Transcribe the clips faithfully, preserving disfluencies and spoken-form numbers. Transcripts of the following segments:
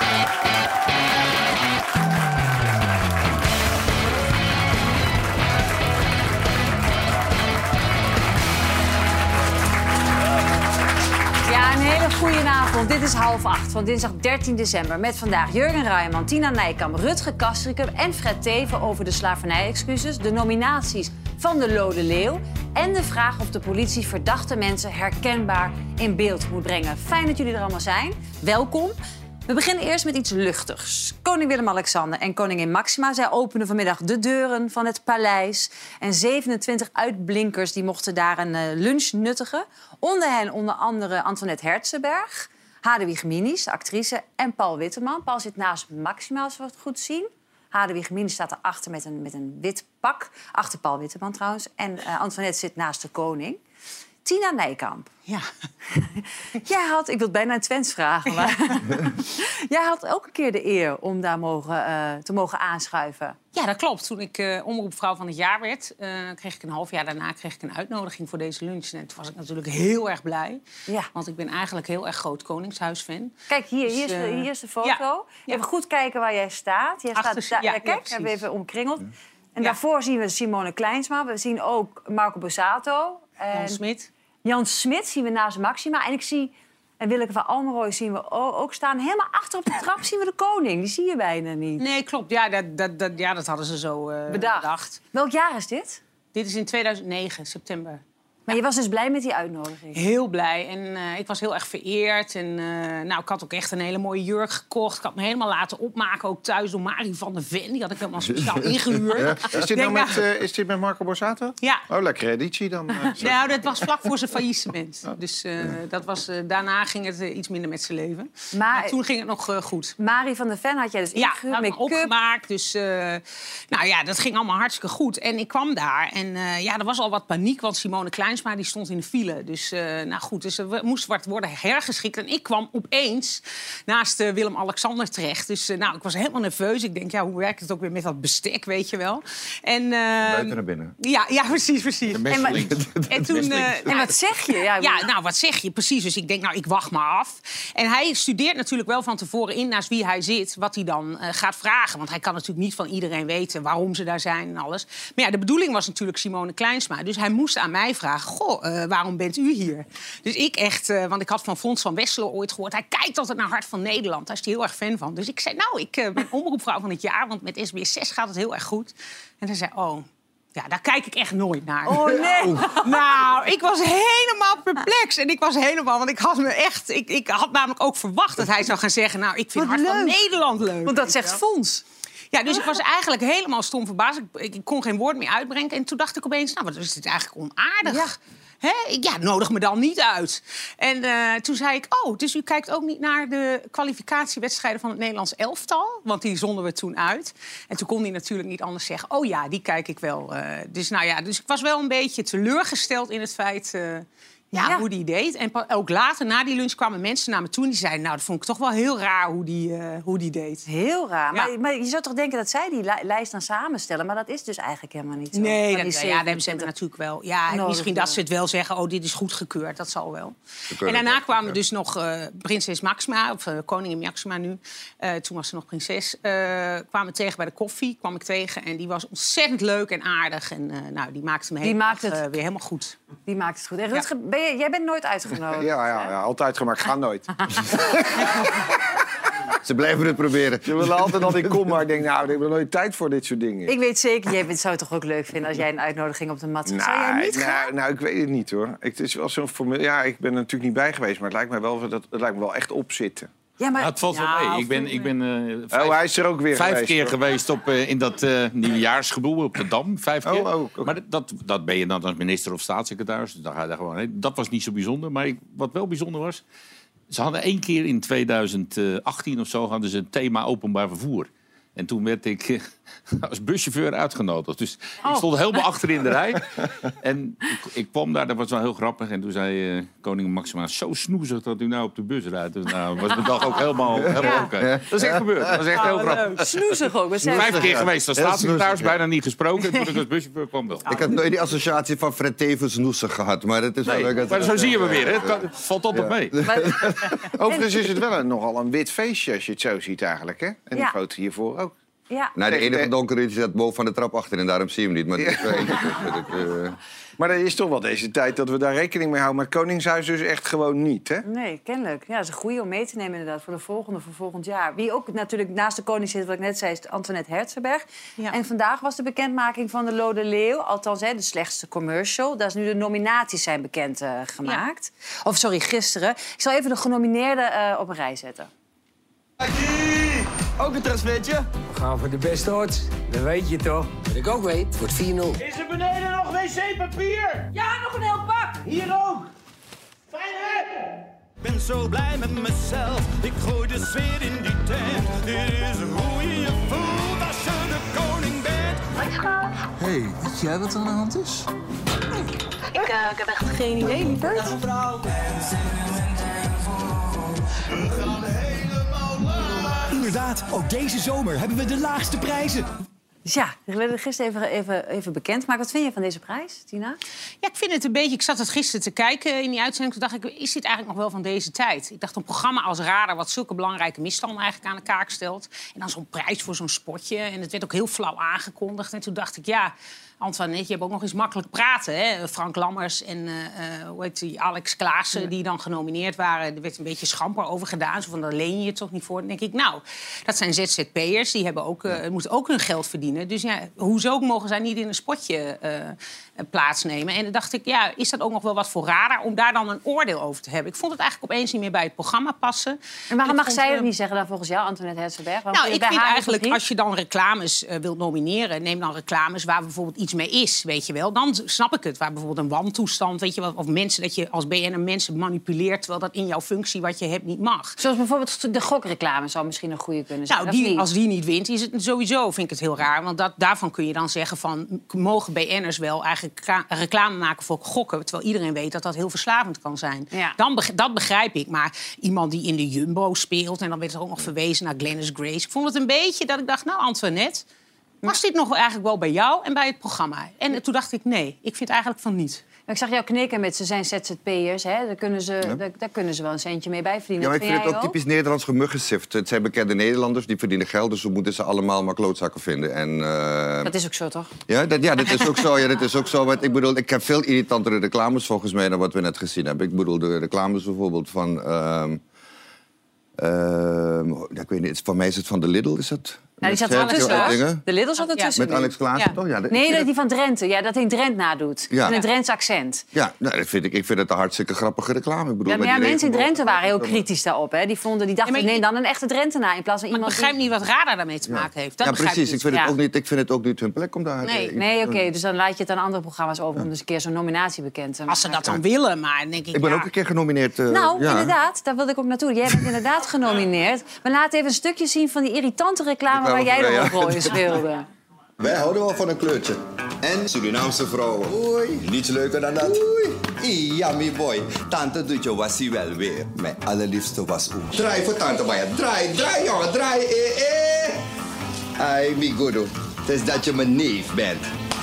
Goedenavond, dit is half acht van dinsdag dertien december. Met vandaag Jurgen Rijman, Tina Nijkamp, Rutger Kastrikum en Fred Teven over de slavernij-excuses, de nominaties van de Lode Leeuw en de vraag of de politie verdachte mensen herkenbaar in beeld moet brengen. Fijn dat jullie er allemaal zijn. Welkom. We beginnen eerst met iets luchtigs. Koning Willem-Alexander en koningin Maxima, zij openen vanmiddag de deuren van het paleis. En zevenentwintig uitblinkers die mochten daar een uh, lunch nuttigen. Onder hen onder andere Antoinette Herzenberg, Hadewig Minis, de actrice, en Paul Witteman. Paul zit naast Maxima, als we het goed zien. Hadewig Minis staat erachter met een, met een wit pak. Achter Paul Witteman trouwens. En uh, Antoinette zit naast de koning. Tina Nijkamp. Ja. Jij had, ik wil bijna een Twents vragen, maar jij had ook een keer de eer om daar mogen, uh, te mogen aanschuiven. Ja, dat klopt. Toen ik uh, omroepvrouw van het jaar werd, uh, kreeg ik een half jaar daarna kreeg ik een uitnodiging voor deze lunch. En toen was ik natuurlijk heel erg blij. Ja. Want ik ben eigenlijk heel erg groot Koningshuisfan. Kijk, hier, hier, is, de, hier is de foto. Ja. Even goed kijken waar jij staat. Jij Achter, staat ja, ja, kijk, ja, hebben we even omkringeld. En ja. daarvoor zien we Simone Kleinsma. We zien ook Marco Borsato. En Jan Smit. Jan Smit zien we naast Maxima. En ik zie, en Willeke van Almeroy zien we ook staan. Helemaal achter op de trap zien we de koning. Die zie je bijna niet. Nee, klopt. Ja, dat, dat, dat, ja, dat hadden ze zo uh, bedacht. bedacht. Welk jaar is dit? Dit is in tweeduizend negen, september. Maar je was dus blij met die uitnodiging? Heel blij. En uh, ik was heel erg vereerd. En uh, nou, ik had ook echt een hele mooie jurk gekocht. Ik had me helemaal laten opmaken, ook thuis door Marie van der Ven. Die had ik helemaal speciaal ingehuurd. Ja. Is, dit nou met, uh, is dit met Marco Borsato? Ja. Oh, lekker editie dan. Uh, nou, dat was vlak voor zijn faillissement. Oh. Dus uh, dat was, uh, daarna ging het uh, iets minder met zijn leven. Maar, maar toen ging het nog uh, goed. Marie van der Ven had jij dus ingehuurd? Ja, had me opgemaakt. Dus uh, nou ja, dat ging allemaal hartstikke goed. En ik kwam daar en uh, ja, er was al wat paniek. Want Simone Kleinsma die stond in de file. Dus, uh, nou goed, dus er moest wat worden hergeschikt. En ik kwam opeens naast uh, Willem-Alexander terecht. Dus uh, nou, ik was helemaal nerveus. Ik denk, ja, hoe werkt het ook weer met dat bestek, weet je wel? En, uh, buiten naar binnen. Ja, ja precies, precies. En, maar, en, toen, uh, en wat zeg je? Ja, ja, nou, wat zeg je? Precies. Dus ik denk, nou, ik wacht maar af. En hij studeert natuurlijk wel van tevoren in naast wie hij zit, wat hij dan uh, gaat vragen. Want hij kan natuurlijk niet van iedereen weten waarom ze daar zijn en alles. Maar ja, de bedoeling was natuurlijk Simone Kleinsma. Dus hij moest aan mij vragen, goh, uh, waarom bent u hier? Dus ik echt, uh, want ik had van Fons van Wesselo ooit gehoord. Hij kijkt altijd naar Hart van Nederland. Daar is hij heel erg fan van. Dus ik zei, nou, ik uh, ben omroepvrouw van het jaar, want met S B S zes gaat het heel erg goed. En hij zei, oh, ja, daar kijk ik echt nooit naar. Oh, nee. Nou, ik was helemaal perplex. En ik was helemaal, want ik had me echt, ik, ik had namelijk ook verwacht dat hij zou gaan zeggen, nou, ik vind Wat Hart leuk. van Nederland leuk. Want dat zegt Fons. Ja, dus ik was eigenlijk helemaal stom verbaasd. Ik, ik kon geen woord meer uitbrengen. En toen dacht ik opeens, nou, wat is dit eigenlijk onaardig. Ja. Hè? Ja, nodig me dan niet uit. En uh, toen zei ik, oh, dus u kijkt ook niet naar de kwalificatiewedstrijden van het Nederlands elftal? Want die zonden we toen uit. En toen kon hij natuurlijk niet anders zeggen, oh ja, die kijk ik wel. Uh, dus nou ja, dus ik was wel een beetje teleurgesteld in het feit Uh, Ja, ja, hoe die deed. En ook later, na die lunch, kwamen mensen naar me toe en die zeiden, nou, dat vond ik toch wel heel raar hoe die, uh, hoe die deed. Heel raar. Ja. Maar, maar je zou toch denken dat zij die li- lijst dan samenstellen? Maar dat is dus eigenlijk helemaal niet zo. Nee, dat, ja, daar hebben ze natuurlijk wel. Ja, nodig, misschien ja. dat ze het wel zeggen, oh, dit is goedgekeurd. Dat zal wel. En daarna kwamen ja. dus nog uh, prinses Maxima, of uh, koningin Maxima nu. Uh, toen was ze nog prinses. Uh, kwamen tegen bij de koffie, kwam ik tegen. En die was ontzettend leuk en aardig. En uh, nou, die maakte me helemaal, maakt het, uh, weer helemaal goed. Die maakt het goed. En Rutger, ja. ben je, jij bent nooit uitgenodigd. Ja, ja, ja, altijd gemaakt. Ga nooit. Ze blijven het proberen. Ze willen altijd dat ik kom, maar ik denk, nou, ik heb nooit tijd voor dit soort dingen. Ik weet zeker, jij zou het toch ook leuk vinden als jij een uitnodiging op de mat zou. Zou jij niet nou, gaan? Nou, ik weet het niet, hoor. Het is wel zo'n formule. Ja, ik ben er natuurlijk niet bij geweest, maar het lijkt me wel, dat, het lijkt me wel echt opzitten. Ja, maar... Nou, het valt wel Ja, mee. Ik ben, ik ben uh, vijf, oh, hij is er ook weer vijf geweest, keer hoor. geweest op, uh, in dat uh, nieuwjaarsgeboel op de Dam. Vijf keer. Oh, oh, okay. Maar dat, dat ben je dan als minister of staatssecretaris. Dus dan ga je daar gewoon heen. Dat was niet zo bijzonder. Maar ik, wat wel bijzonder was, ze hadden één keer in tweeduizend achttien of zo hadden ze een thema openbaar vervoer. En toen werd ik uh, als buschauffeur uitgenodigd. Dus oh. ik stond helemaal achter in de rij. En ik, ik kwam daar, dat was wel heel grappig. En toen zei uh, koningin Maxima, zo snoezig dat u nou op de bus rijdt. Dus nou was mijn dag ook helemaal, helemaal ja. oké. Okay. Dat is echt gebeurd. Dat was echt oh, heel grappig. Snoezig ook. Vijf keer geweest als staatssecretaris, bijna niet gesproken. Toen ik als buschauffeur kwam wel. Ik had nooit die associatie van Fred Teven snoezig gehad. Maar, dat is nee, wel leuk. Maar zo zie je me weer. Hè. Het, het valt op ja. op mee. Maar... Overigens is het wel een, nogal een wit feestje als je het zo ziet eigenlijk. Hè? En die ja. foto hiervoor ook. Ja. Nou, de enige donkere is dat boven van de trap achter en daarom zie je hem niet. Maar, ja. dat is wel uh... maar er is toch wel deze tijd dat we daar rekening mee houden. Maar het Koningshuis dus echt gewoon niet, hè? Nee, kennelijk. Ja, dat is een goeie om mee te nemen inderdaad voor de volgende, voor volgend jaar. Wie ook natuurlijk naast de koning zit, wat ik net zei, is Antoinette Herzenberg. Ja. En vandaag was de bekendmaking van de Lode Leeuw. Althans, hè, de slechtste commercial. Daar is nu de nominaties zijn bekend uh, gemaakt. Ja. Of sorry, gisteren. Ik zal even de genomineerden uh, op een rij zetten. Ook een transfertje? We gaan voor de beste odds. Dat weet je toch? Wat ik ook weet, wordt vier nul. Is er beneden nog wc-papier? Ja, nog een heel pak. Hier ook. Fijn hè? Ik ben zo blij met mezelf. Ik gooi de sfeer in die tent. Dit is hoe je je voelt als je de koning bent. Hé, hey, weet jij wat er aan de hand is? Ik, uh, ik heb echt geen idee, lieverd. Inderdaad, ook deze zomer hebben we de laagste prijzen. Dus ja, we werden gisteren even, even, even bekend. Maar wat vind je van deze prijs, Tina? Ja, ik vind het een beetje... Ik zat het gisteren te kijken in die uitzending. Toen dacht ik, is dit eigenlijk nog wel van deze tijd? Ik dacht, een programma als Radar... wat zulke belangrijke misstanden eigenlijk aan de kaak stelt. En dan zo'n prijs voor zo'n spotje. En het werd ook heel flauw aangekondigd. En toen dacht ik, ja... Antoinette, je hebt ook nog eens makkelijk praten. Hè? Frank Lammers en uh, hoe heet die, Alex Klaassen, ja. die dan genomineerd waren. Er werd een beetje schamper over gedaan. Zo van, daar leen je het toch niet voor? Dan denk ik, nou, dat zijn Z Z P'ers. Die hebben ook, uh, moeten ook hun geld verdienen. Dus ja, hoezo mogen zij niet in een spotje uh, plaatsnemen? En dan dacht ik, ja, is dat ook nog wel wat voor Radar om daar dan een oordeel over te hebben? Ik vond het eigenlijk opeens niet meer bij het programma passen. En waarom en mag zij dat niet zeggen dan volgens jou, Antoinette Herzenberg? Nou, ik vind eigenlijk, als je dan reclames uh, wilt nomineren... neem dan reclames waar bijvoorbeeld iets mee is, weet je wel. Dan snap ik het. Waar bijvoorbeeld een wantoestand, weet je wel, of mensen dat je als B N N mensen manipuleert terwijl dat in jouw functie wat je hebt niet mag. Zoals bijvoorbeeld de gokreclame zou misschien een goede kunnen zijn. Nou, die, als die niet wint, is het sowieso, vind ik het heel raar. Want dat, daarvan kun je dan zeggen van, mogen B N'ers wel eigenlijk reclame maken voor gokken, terwijl iedereen weet dat dat heel verslavend kan zijn. Ja. Dan, dat begrijp ik. Maar iemand die in de Jumbo speelt en dan werd er ook nog verwezen naar Glennis Grace. Ik vond het een beetje dat ik dacht, nou, Antoinette, was dit nog eigenlijk wel bij jou en bij het programma? En toen dacht ik, nee, ik vind eigenlijk van niet. Ik zag jou knikken met ze zijn Z Z P'ers. Daar kunnen ze, ja. daar, daar kunnen ze wel een centje mee bijverdienen. Ja, maar ik vind het ook, ook typisch Nederlands gemuggensift. Het zijn bekende Nederlanders, die verdienen geld, dus we moeten ze allemaal maar klootzakken vinden. En, uh... dat is ook zo, toch? Ja, dat, ja, dat is ook zo. Ja, dat is ook zo. Want ik bedoel, ik heb veel irritantere reclames volgens mij dan wat we net gezien hebben. Ik bedoel, de reclames bijvoorbeeld van... Uh... Uh, ik weet niet, voor mij is het van de Lidl, is dat? Nou, die zat er wel tussen. De Lidl zat er tussen. Met Alex Klaassen, ja. toch? Ja, nee, dat, die van Drenthe. Ja, dat hij Drent nadoet. Ja. Met een Drents accent. Ja, nou, dat vind ik, ik vind het een hartstikke grappige reclame. Ik bedoel, ja, maar ja, mensen in Drenthe waren heel kritisch daarop. Hè. Die, vonden, die dachten, ja, neem dan een echte Drentenaar in plaats van iemand... Ik begrijp die... niet wat Radar daarmee te maken heeft. Dat ja, precies. Ik, ik, vind ja. het ook niet, ik vind het ook niet hun plek om daar... Nee, nee oké. Okay, dus dan laat je het aan andere programma's over... Ja. om dus een keer zo'n nominatie bekend te maken. Als ze dat dan willen, maar denk ik... Ik ben ja. ook een keer genomineerd. Uh, nou, ja. inderdaad. Daar wilde ik ook naartoe. Jij bent inderdaad genomineerd. We laten even een stukje zien van die irritante reclame... waar jij nog een rol in speelde. Wij houden wel van een kleurtje. En Surinaamse vrouwen. Oei. Niets leuker dan dat. Oei. Ja, mijn boy. Tante doet je wassie wel weer. Mijn allerliefste was ook. Draai voor tante Maya. Draai, draai, jongen. Draai. Eh, eh. Ai, mi goedo. Het is dat je mijn neef bent.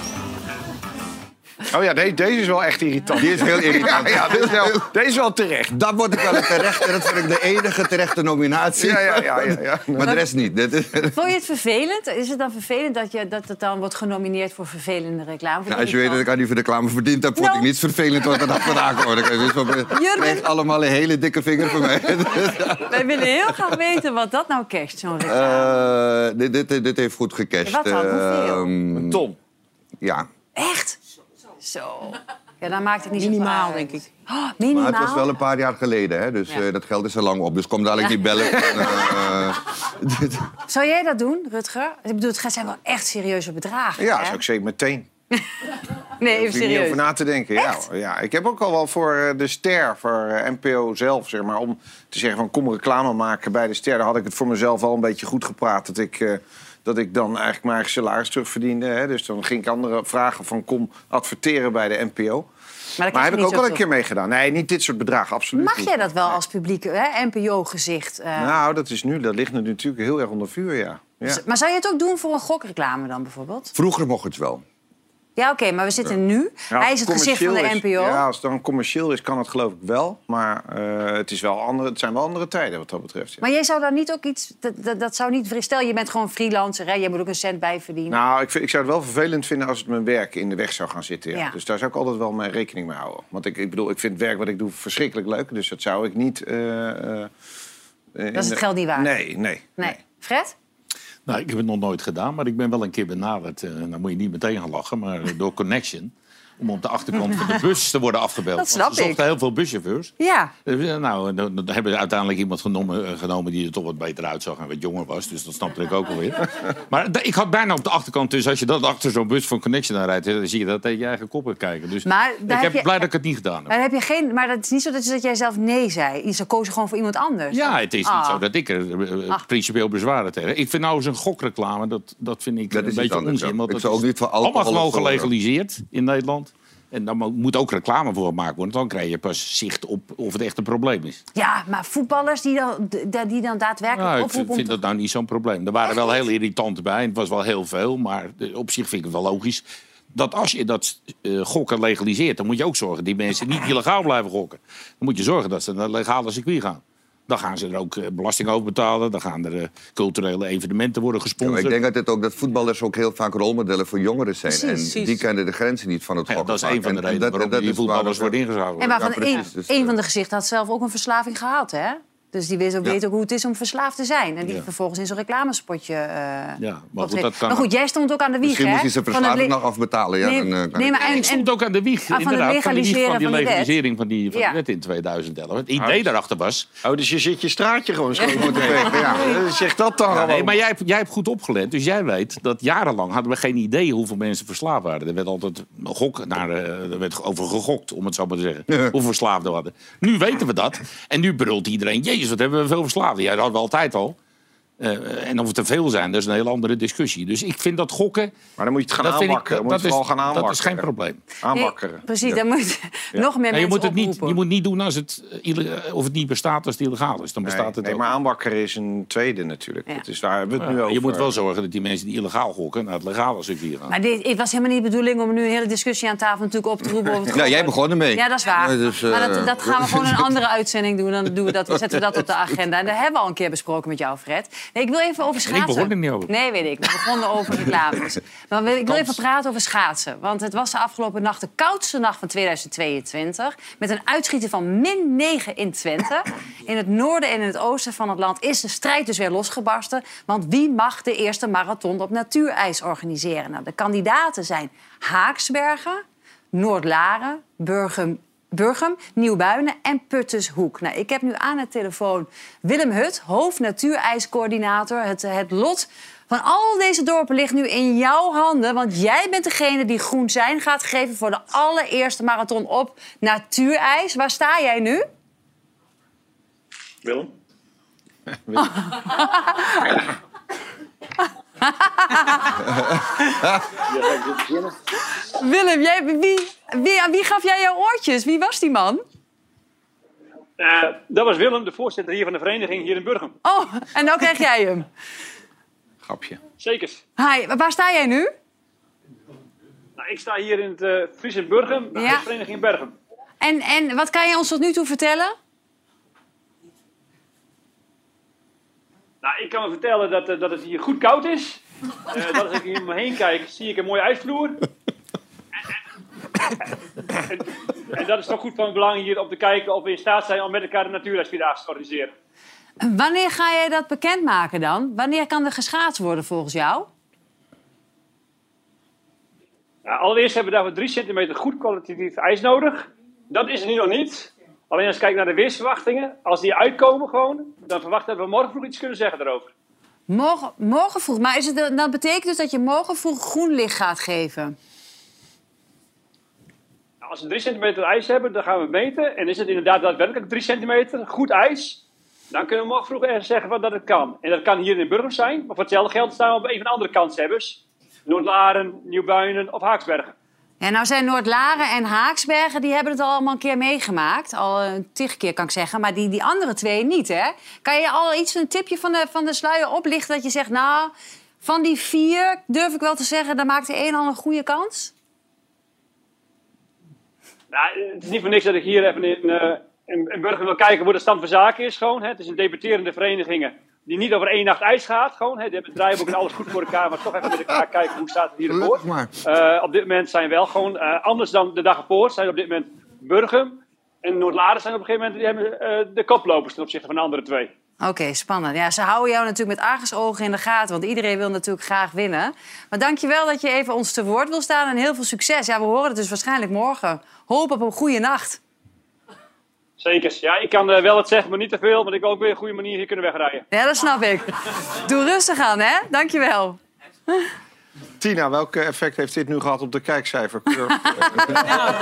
Oh ja, deze, deze is wel echt irritant. Die is heel irritant. Ja, ja, dit is wel, deze is wel terecht. Dat wordt ik wel terecht. En dat vind ik de enige terechte nominatie. Ja, ja, ja, ja, ja. Maar de rest niet. Vond je het vervelend? Is het dan vervelend dat, je, dat het dan wordt genomineerd voor vervelende reclame? Nou, als je weet dat ik aan die reclame verdiend heb, vond no. ik niets vervelend wat er achteraan komt. Je krijgt allemaal een hele dikke vinger voor mij. Wij willen heel graag weten wat dat nou casht, zo'n reclame. Uh, dit, dit, dit heeft goed gecasht. Wat dan? Hoeveel? Um, een ton. Ja. Echt? Zo. Ja, dan maakt het niet minimaal, zo denk ik. Oh, minimaal? Maar het was wel een paar jaar geleden, hè? Dus ja. uh, dat geld is er lang op. Dus kom dadelijk ja. niet bellen. En, uh, zou jij dat doen, Rutger? Ik bedoel, het zijn wel echt serieuze bedragen. Ja, hè? zou ik zeker meteen. Nee, even serieus. Niet over na te denken. Ja, ja, ik heb ook al wel voor de Ster, voor N P O zelf, zeg maar, om te zeggen van kom reclame maken bij de Ster. Daar had ik het voor mezelf al een beetje goed gepraat dat ik uh, dat ik dan eigenlijk mijn eigen salaris terugverdiende. Hè. Dus dan ging ik anderen vragen van kom adverteren bij de N P O. Maar, maar heb ik ook wel een keer meegedaan. Nee, niet dit soort bedragen, absoluut Mag niet. jij dat wel als publiek N P O-gezicht? Uh... Nou, dat is nu, dat ligt natuurlijk heel erg onder vuur, ja. ja. Maar zou je het ook doen voor een gokreclame dan bijvoorbeeld? Vroeger mocht het wel. Ja, oké, okay, maar we zitten ja. nu. Ja, Hij is het gezicht van de N P O. Is, ja, als het dan commercieel is, kan het geloof ik wel. Maar uh, het, is wel andere, het zijn wel andere tijden wat dat betreft. Ja. Maar jij zou daar niet ook iets... Dat, dat, dat zou niet... Stel, je bent gewoon freelancer, hè? Je moet ook een cent bij verdienen. Nou, ik, vind, ik zou het wel vervelend vinden als het mijn werk in de weg zou gaan zitten. Ja. Ja. Dus daar zou ik altijd wel mee rekening mee houden. Want ik, ik bedoel, ik vind het werk wat ik doe verschrikkelijk leuk. Dus dat zou ik niet... Uh, uh, dat is het geld niet waard? Nee, nee. nee. nee. Fred? Nou, ik heb het nog nooit gedaan, maar ik ben wel een keer benaderd. Uh, dan moet je niet meteen gaan lachen, maar uh, door Connection. Om op de achterkant van de bus te worden afgebeld. Dat snap Want ze zochten ik. heel veel buschauffeurs. Ja. Uh, nou, dan, dan hebben ze uiteindelijk iemand genomen, uh, genomen die er toch wat beter uitzag en wat jonger was. Dus dat snapte ik ook alweer. Maar d- ik had bijna op de achterkant, dus als je dat achter zo'n bus van Connection aan rijdt, dan zie je dat tegen je eigen koppen kijken. Dus maar ik heb heb je, blij dat ik het niet gedaan heb. Maar, heb je geen, maar het is niet zo dat, dat jij zelf nee zei. Je koos gewoon voor iemand anders. Ja, het is ah. niet zo dat ik er uh, principieel bezwaren tegen. Ik vind nou eens een gokreclame, dat, dat vind ik dat een beetje anders, onzin. Want ik dat zou ook niet voor allemaal gewoon voor... gelegaliseerd in Nederland. En dan moet ook reclame voor gemaakt worden. Dan krijg je pas zicht op of het echt een probleem is. Ja, maar voetballers die dan, die dan daadwerkelijk nou, oproepen... Ik vind dat nou niet zo'n probleem. Er waren wel heel irritanten bij. En het was wel heel veel. Maar op zich vind ik het wel logisch. Dat als je dat uh, gokken legaliseert, dan moet je ook zorgen dat die mensen niet illegaal blijven gokken. Dan moet je zorgen dat ze naar een legale circuit gaan. Dan gaan ze er ook uh, belasting over betalen. Dan gaan er uh, culturele evenementen worden gesponsord. Ja, ik denk dat, het ook, dat voetballers ook heel vaak rolmodellen voor jongeren zijn. Precies, en precies. die kennen de grenzen niet van het gokken. Ja, dat is een van de en, redenen waarom dat, die dat voetballers worden ingeschakeld. En waarvan ja, een, precies, dus, een van de gezichten had zelf ook een verslaving gehad, hè? Dus die weet ook, ja. weet ook hoe het is om verslaafd te zijn. En die Ja. vervolgens in zo'n reclamespotje... Uh, ja, maar, goed, dat kan maar goed, jij stond ook aan de wieg, Misschien hè? moest hij zijn verslaving le- nog afbetalen. Ja, nee, dan, uh, kan nee, maar en, en, ik stond ook aan de wieg, ah, inderdaad, van, de wieg van die van die legalisering van die, van ja. die wet in tweeduizend elf. Het idee oh. daarachter was... Oh, dus je zit je straatje gewoon schoon moeten vegen. Ja, zeg dat dan ja, nee, maar jij, jij hebt goed opgelet, dus jij weet dat jarenlang hadden we geen idee hoeveel mensen verslaafd waren. Er werd altijd gok, naar, er werd over gegokt, om het zo maar te zeggen. Ja. Hoeveel verslaafden we hadden. Nu weten we dat. En nu brult iedereen, jezus, wat hebben we veel verslaafden. Ja, dat hadden we altijd al. Uh, en of het te veel zijn, dat is een hele andere discussie. Dus ik vind dat gokken... Maar dan moet je het gaan aanwakkeren. Dat, dat, is, gaan dat is geen probleem. Aanwakkeren. Nee, precies, ja. Dan moet ja. nog meer ja, je mensen moet het oproepen. niet, Je moet niet doen als het, of het niet bestaat als het illegaal is. Dan bestaat nee, het nee, ook. maar aanwakkeren is een tweede natuurlijk. Ja. Dat is, daar hebben we het ja, nu over. Je moet wel zorgen dat die mensen die illegaal gokken... naar het legale circuit gaan. Maar dit, het was helemaal niet de bedoeling om nu een hele discussie aan tafel natuurlijk op te roepen. Over het ja, jij begon ermee. Ja, dat is waar. Ja, dus, uh, maar dat, dat gaan we gewoon in een andere uitzending doen. Dan doen we dat, zetten we dat op de agenda. En dat hebben we al een keer besproken met jou, Fred. Nee, ik wil even over schaatsen. Ik begon er niet over. Nee, weet ik. We begonnen over reclames. Maar ik wil even praten over schaatsen. Want het was de afgelopen nacht de koudste nacht van tweeduizend tweeëntwintig. Met een uitschieter van min negen in Twente. In het noorden en in het oosten van het land is de strijd dus weer losgebarsten. Want wie mag de eerste marathon op natuurijs organiseren? Nou, de kandidaten zijn Haaksbergen, Noordlaren, Burgum... Burgum, Nieuwbuinen en Puttershoek. Nou, ik heb nu aan de telefoon Willem Hut, hoofd natuurijscoördinator. Het, het lot van al deze dorpen ligt nu in jouw handen. Want jij bent degene die groen zijn gaat geven voor de allereerste marathon op natuurijs. Waar sta jij nu? Willem. Willem. Willem, jij, wie, wie, aan wie gaf jij jouw oortjes? Wie was die man? Uh, dat was Willem, de voorzitter hier van de vereniging hier in Burgum. Oh, en nou krijg jij hem. Grapje. Zekers. Hi, waar sta jij nu? Nou, ik sta hier in het uh, Fries in Burgum, bij ja. de vereniging in Bergen. En, en wat kan je ons tot nu toe vertellen? Nou, ik kan me vertellen dat, uh, dat het hier goed koud is. Uh, dat als ik hier om me heen kijk, zie ik een mooie ijsvloer. en, en dat is toch goed van belang hier om te kijken of we in staat zijn om met elkaar de natuurijsvierdaagse te organiseren. Wanneer ga jij dat bekendmaken dan? Wanneer kan er geschaatst worden volgens jou? Nou, allereerst hebben we daarvoor drie centimeter goed kwalitatief ijs nodig. Dat is er nu nog niet. Alleen als je kijkt naar de weersverwachtingen, als die uitkomen gewoon, dan verwachten dat we morgen vroeg iets kunnen zeggen daarover. Morgen, morgen vroeg. Maar is het, dat betekent dus dat je morgen vroeg groen licht gaat geven? Nou, als we drie centimeter ijs hebben, dan gaan we meten. En is het inderdaad daadwerkelijk drie centimeter goed ijs, dan kunnen we morgen vroeg ergens zeggen van dat het kan. En dat kan hier in Burgum zijn, maar voor hetzelfde geld staan we op een van de andere kanshebbers. Noordlaren, Nieuwbuinen of Haaksbergen. Ja, nou zijn Noordlaren en Haaksbergen, die hebben het al allemaal een keer meegemaakt. Al een tig keer kan ik zeggen, maar die, die andere twee niet, hè? Kan je al iets, een tipje van de, van de sluier oplichten dat je zegt... nou, van die vier durf ik wel te zeggen, dan maakt de een al een goede kans? Nou, het is niet voor niks dat ik hier even in, uh, in, in Burgum wil kijken hoe de stand van zaken is. Gewoon, hè. Het is een debatterende verenigingen die niet over één nacht ijs gaat. Gewoon, hè. Die hebben het draaiboek en alles goed voor elkaar, maar toch even met elkaar kijken hoe staat het hier ervoor. Uh, op dit moment zijn wel gewoon, uh, anders dan de dag ervoor, zijn op dit moment Burgum en Noordlaren zijn op een gegeven moment die hebben, uh, de koplopers ten opzichte van de andere twee. Oké, okay, spannend. Ja, ze houden jou natuurlijk met argusogen in de gaten, want iedereen wil natuurlijk graag winnen. Maar dankjewel dat je even ons te woord wil staan en heel veel succes. Ja, we horen het dus waarschijnlijk morgen. Hoop op een goede nacht. Zeker. Ja, ik kan uh, wel het zeggen, maar niet te veel, want ik wil ook weer een goede manier hier kunnen wegrijden. Ja, dat snap ik. Doe rustig aan, hè? Dankjewel. Tina, welk effect heeft dit nu gehad op de kijkcijfercurve? Nou,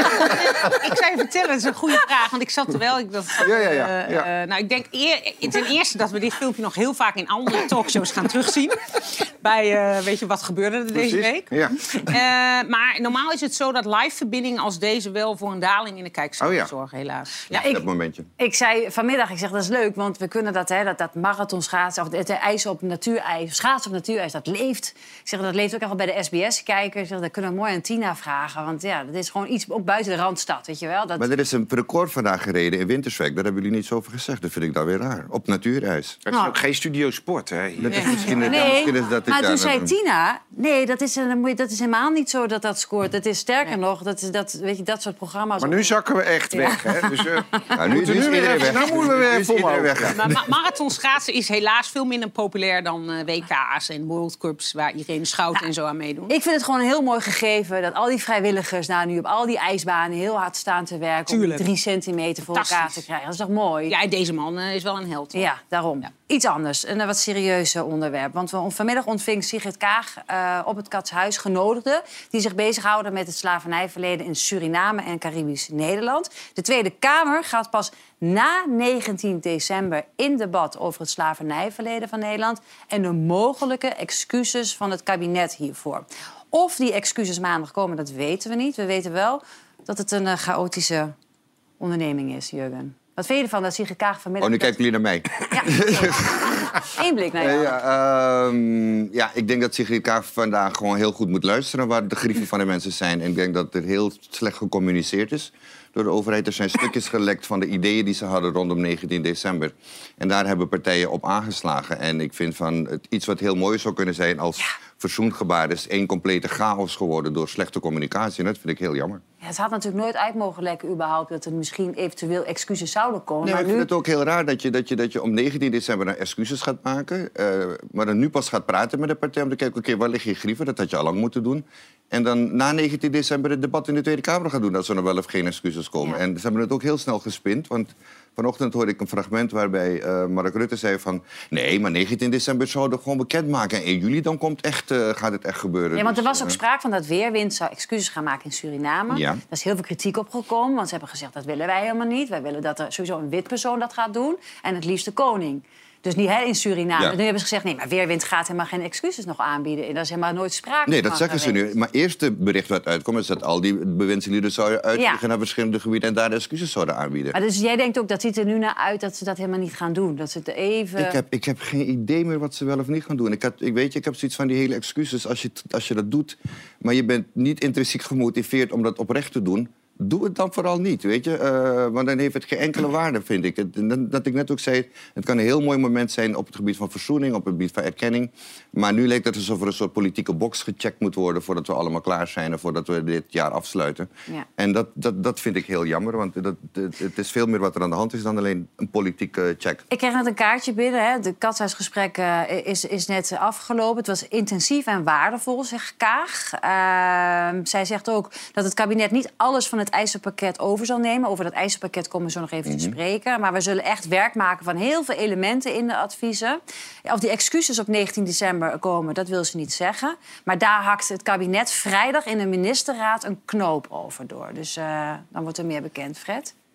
ik zou je vertellen, dat is een goede vraag. Want ik zat er wel... Ik, dat, ja, ja, ja. Uh, ja. Uh, nou, ik denk eer, ten eerste dat we dit filmpje nog heel vaak in andere talkshows gaan terugzien. Bij, uh, weet je, wat gebeurde er deze Precies. week? Ja. Uh, maar normaal is het zo dat live-verbindingen als deze wel voor een daling in de kijkcijfers oh, ja. zorgen, helaas. Ja, Ja, ik, dat momentje. ik zei vanmiddag, ik zeg dat is leuk, want we kunnen dat, hè, dat, dat marathonschaatsen, of het ijs op natuurijs, schaatsen op natuurijs, dat leeft. Ik zeg, dat leeft ook echt wel bij de S B S-kijker. Dat kunnen we mooi aan Tina vragen. Want ja, dat is gewoon iets ook buiten de Randstad, weet je wel. Dat... Maar er is een record vandaag gereden in Winterswijk. Daar hebben jullie niets over gezegd. Dat vind ik dan weer raar. Op natuurijs. Het is ook geen studiosport, hè? Dat is misschien, Nee, ja, misschien is dat maar toen daar zei een- Tina... Nee, dat is, een, dat is helemaal niet zo dat dat scoort. Dat is sterker nog, dat, is, dat, weet je, dat soort programma's... Maar nu zakken we echt weg, hè? Dus, uh, Ja, nu, nu is nu iedereen weer- weg. nou moeten we weer Nu is vol iedereen mogelijk. weg. Maar ma marathonschaatsen is helaas veel minder populair dan uh, W K's en World Cups... waar Irene Schouten en zo aan meedoen. Ik vind het gewoon een heel mooi gegeven dat al die vrijwilligers nou, nu op al die ijsbanen heel hard staan te werken... Tuurlijk. om die drie centimeter voor elkaar te krijgen. Dat is toch mooi? Ja, deze man uh, is wel een held. Ja, daarom. Ja. Iets anders, een wat serieuzer onderwerp. Want we, vanmiddag ontving Sigrid Kaag uh, op het Katshuis genodigden... die zich bezighouden met het slavernijverleden in Suriname en Caribisch Nederland. De Tweede Kamer gaat pas na negentien december in debat over het slavernijverleden van Nederland... en de mogelijke excuses van het kabinet hiervoor. Of die excuses maandag komen, dat weten we niet. We weten wel dat het een uh, chaotische onderneming is, Jurgen. Wat vind je ervan dat Sigrid Kaag vanmiddag... Oh, nu kijken jullie naar mij. Ja, Eén blik naar jou. Ja, um, ja, ik denk dat Sigrid Kaag vandaag gewoon heel goed moet luisteren... waar de grieven van de mensen zijn. En ik denk dat er heel slecht gecommuniceerd is door de overheid. Er zijn stukjes gelekt van de ideeën die ze hadden rondom negentien december. En daar hebben partijen op aangeslagen. En ik vind van het, iets wat heel mooi zou kunnen zijn als... Ja. verzoengebaar is één complete chaos geworden door slechte communicatie. En dat vind ik heel jammer. Ja, het had natuurlijk nooit uit mogen lekken überhaupt... dat er misschien eventueel excuses zouden komen. Nee, maar ik nu... vind het ook heel raar dat je, dat je, dat je om negentien december een excuses gaat maken... Uh, maar dan nu pas gaat praten met de partij om te kijken... oké, okay, waar lig je grieven? Dat had je al lang moeten doen. En dan na negentien december het debat in de Tweede Kamer gaan doen... dat er nog wel of geen excuses komen. Ja. En ze hebben het ook heel snel gespind, want... vanochtend hoorde ik een fragment waarbij uh, Mark Rutte zei van... nee, maar negentien december zouden we gewoon bekendmaken. En in juli dan komt echt, uh, gaat het echt gebeuren. Ja, want er dus, was ook uh, sprake van dat Weerwind zou excuses gaan maken in Suriname. Ja. Daar is heel veel kritiek op gekomen, want ze hebben gezegd... dat willen wij helemaal niet. Wij willen dat er sowieso een wit persoon dat gaat doen. En het liefst de koning. Dus niet hè, in Suriname. Ja. Nu hebben ze gezegd, nee, maar Weerwind gaat helemaal geen excuses nog aanbieden. En daar is helemaal nooit sprake Nee, van dat zeggen ze geweest. nu. Maar eerste bericht wat uitkomt... is dat al die bewindslieden zouden uitvliegen Ja. naar verschillende gebieden... en daar de excuses zouden aanbieden. Maar dus jij denkt ook, dat ziet er nu naar uit dat ze dat helemaal niet gaan doen? Dat ze het even... Ik heb, ik heb geen idee meer wat ze wel of niet gaan doen. Ik, had, ik weet je, ik heb zoiets van die hele excuses als je, als je dat doet... maar je bent niet intrinsiek gemotiveerd om dat oprecht te doen... doe het dan vooral niet, weet je. Uh, want dan heeft het geen enkele waarde, vind ik. Het, dat ik net ook zei, het kan een heel mooi moment zijn... op het gebied van verzoening, op het gebied van erkenning. Maar nu lijkt het alsof er een soort politieke box gecheckt moet worden... voordat we allemaal klaar zijn en voordat we dit jaar afsluiten. Ja. En dat, dat, dat vind ik heel jammer, want dat, het, het is veel meer wat er aan de hand is... dan alleen een politieke check. Ik kreeg net een kaartje binnen. Hè. De katshuisgesprek uh, is, is net afgelopen. Het was intensief en waardevol, zegt Kaag. Uh, zij zegt ook dat het kabinet niet alles van het eisenpakket over zal nemen. Over dat eisenpakket komen we zo nog even mm-hmm. te spreken. Maar we zullen echt werk maken van heel veel elementen in de adviezen. Of die excuses op negentien december komen, dat wil ze niet zeggen. Maar daar hakt het kabinet vrijdag in de ministerraad een knoop over door. Dus uh, dan wordt er meer bekend, Fred.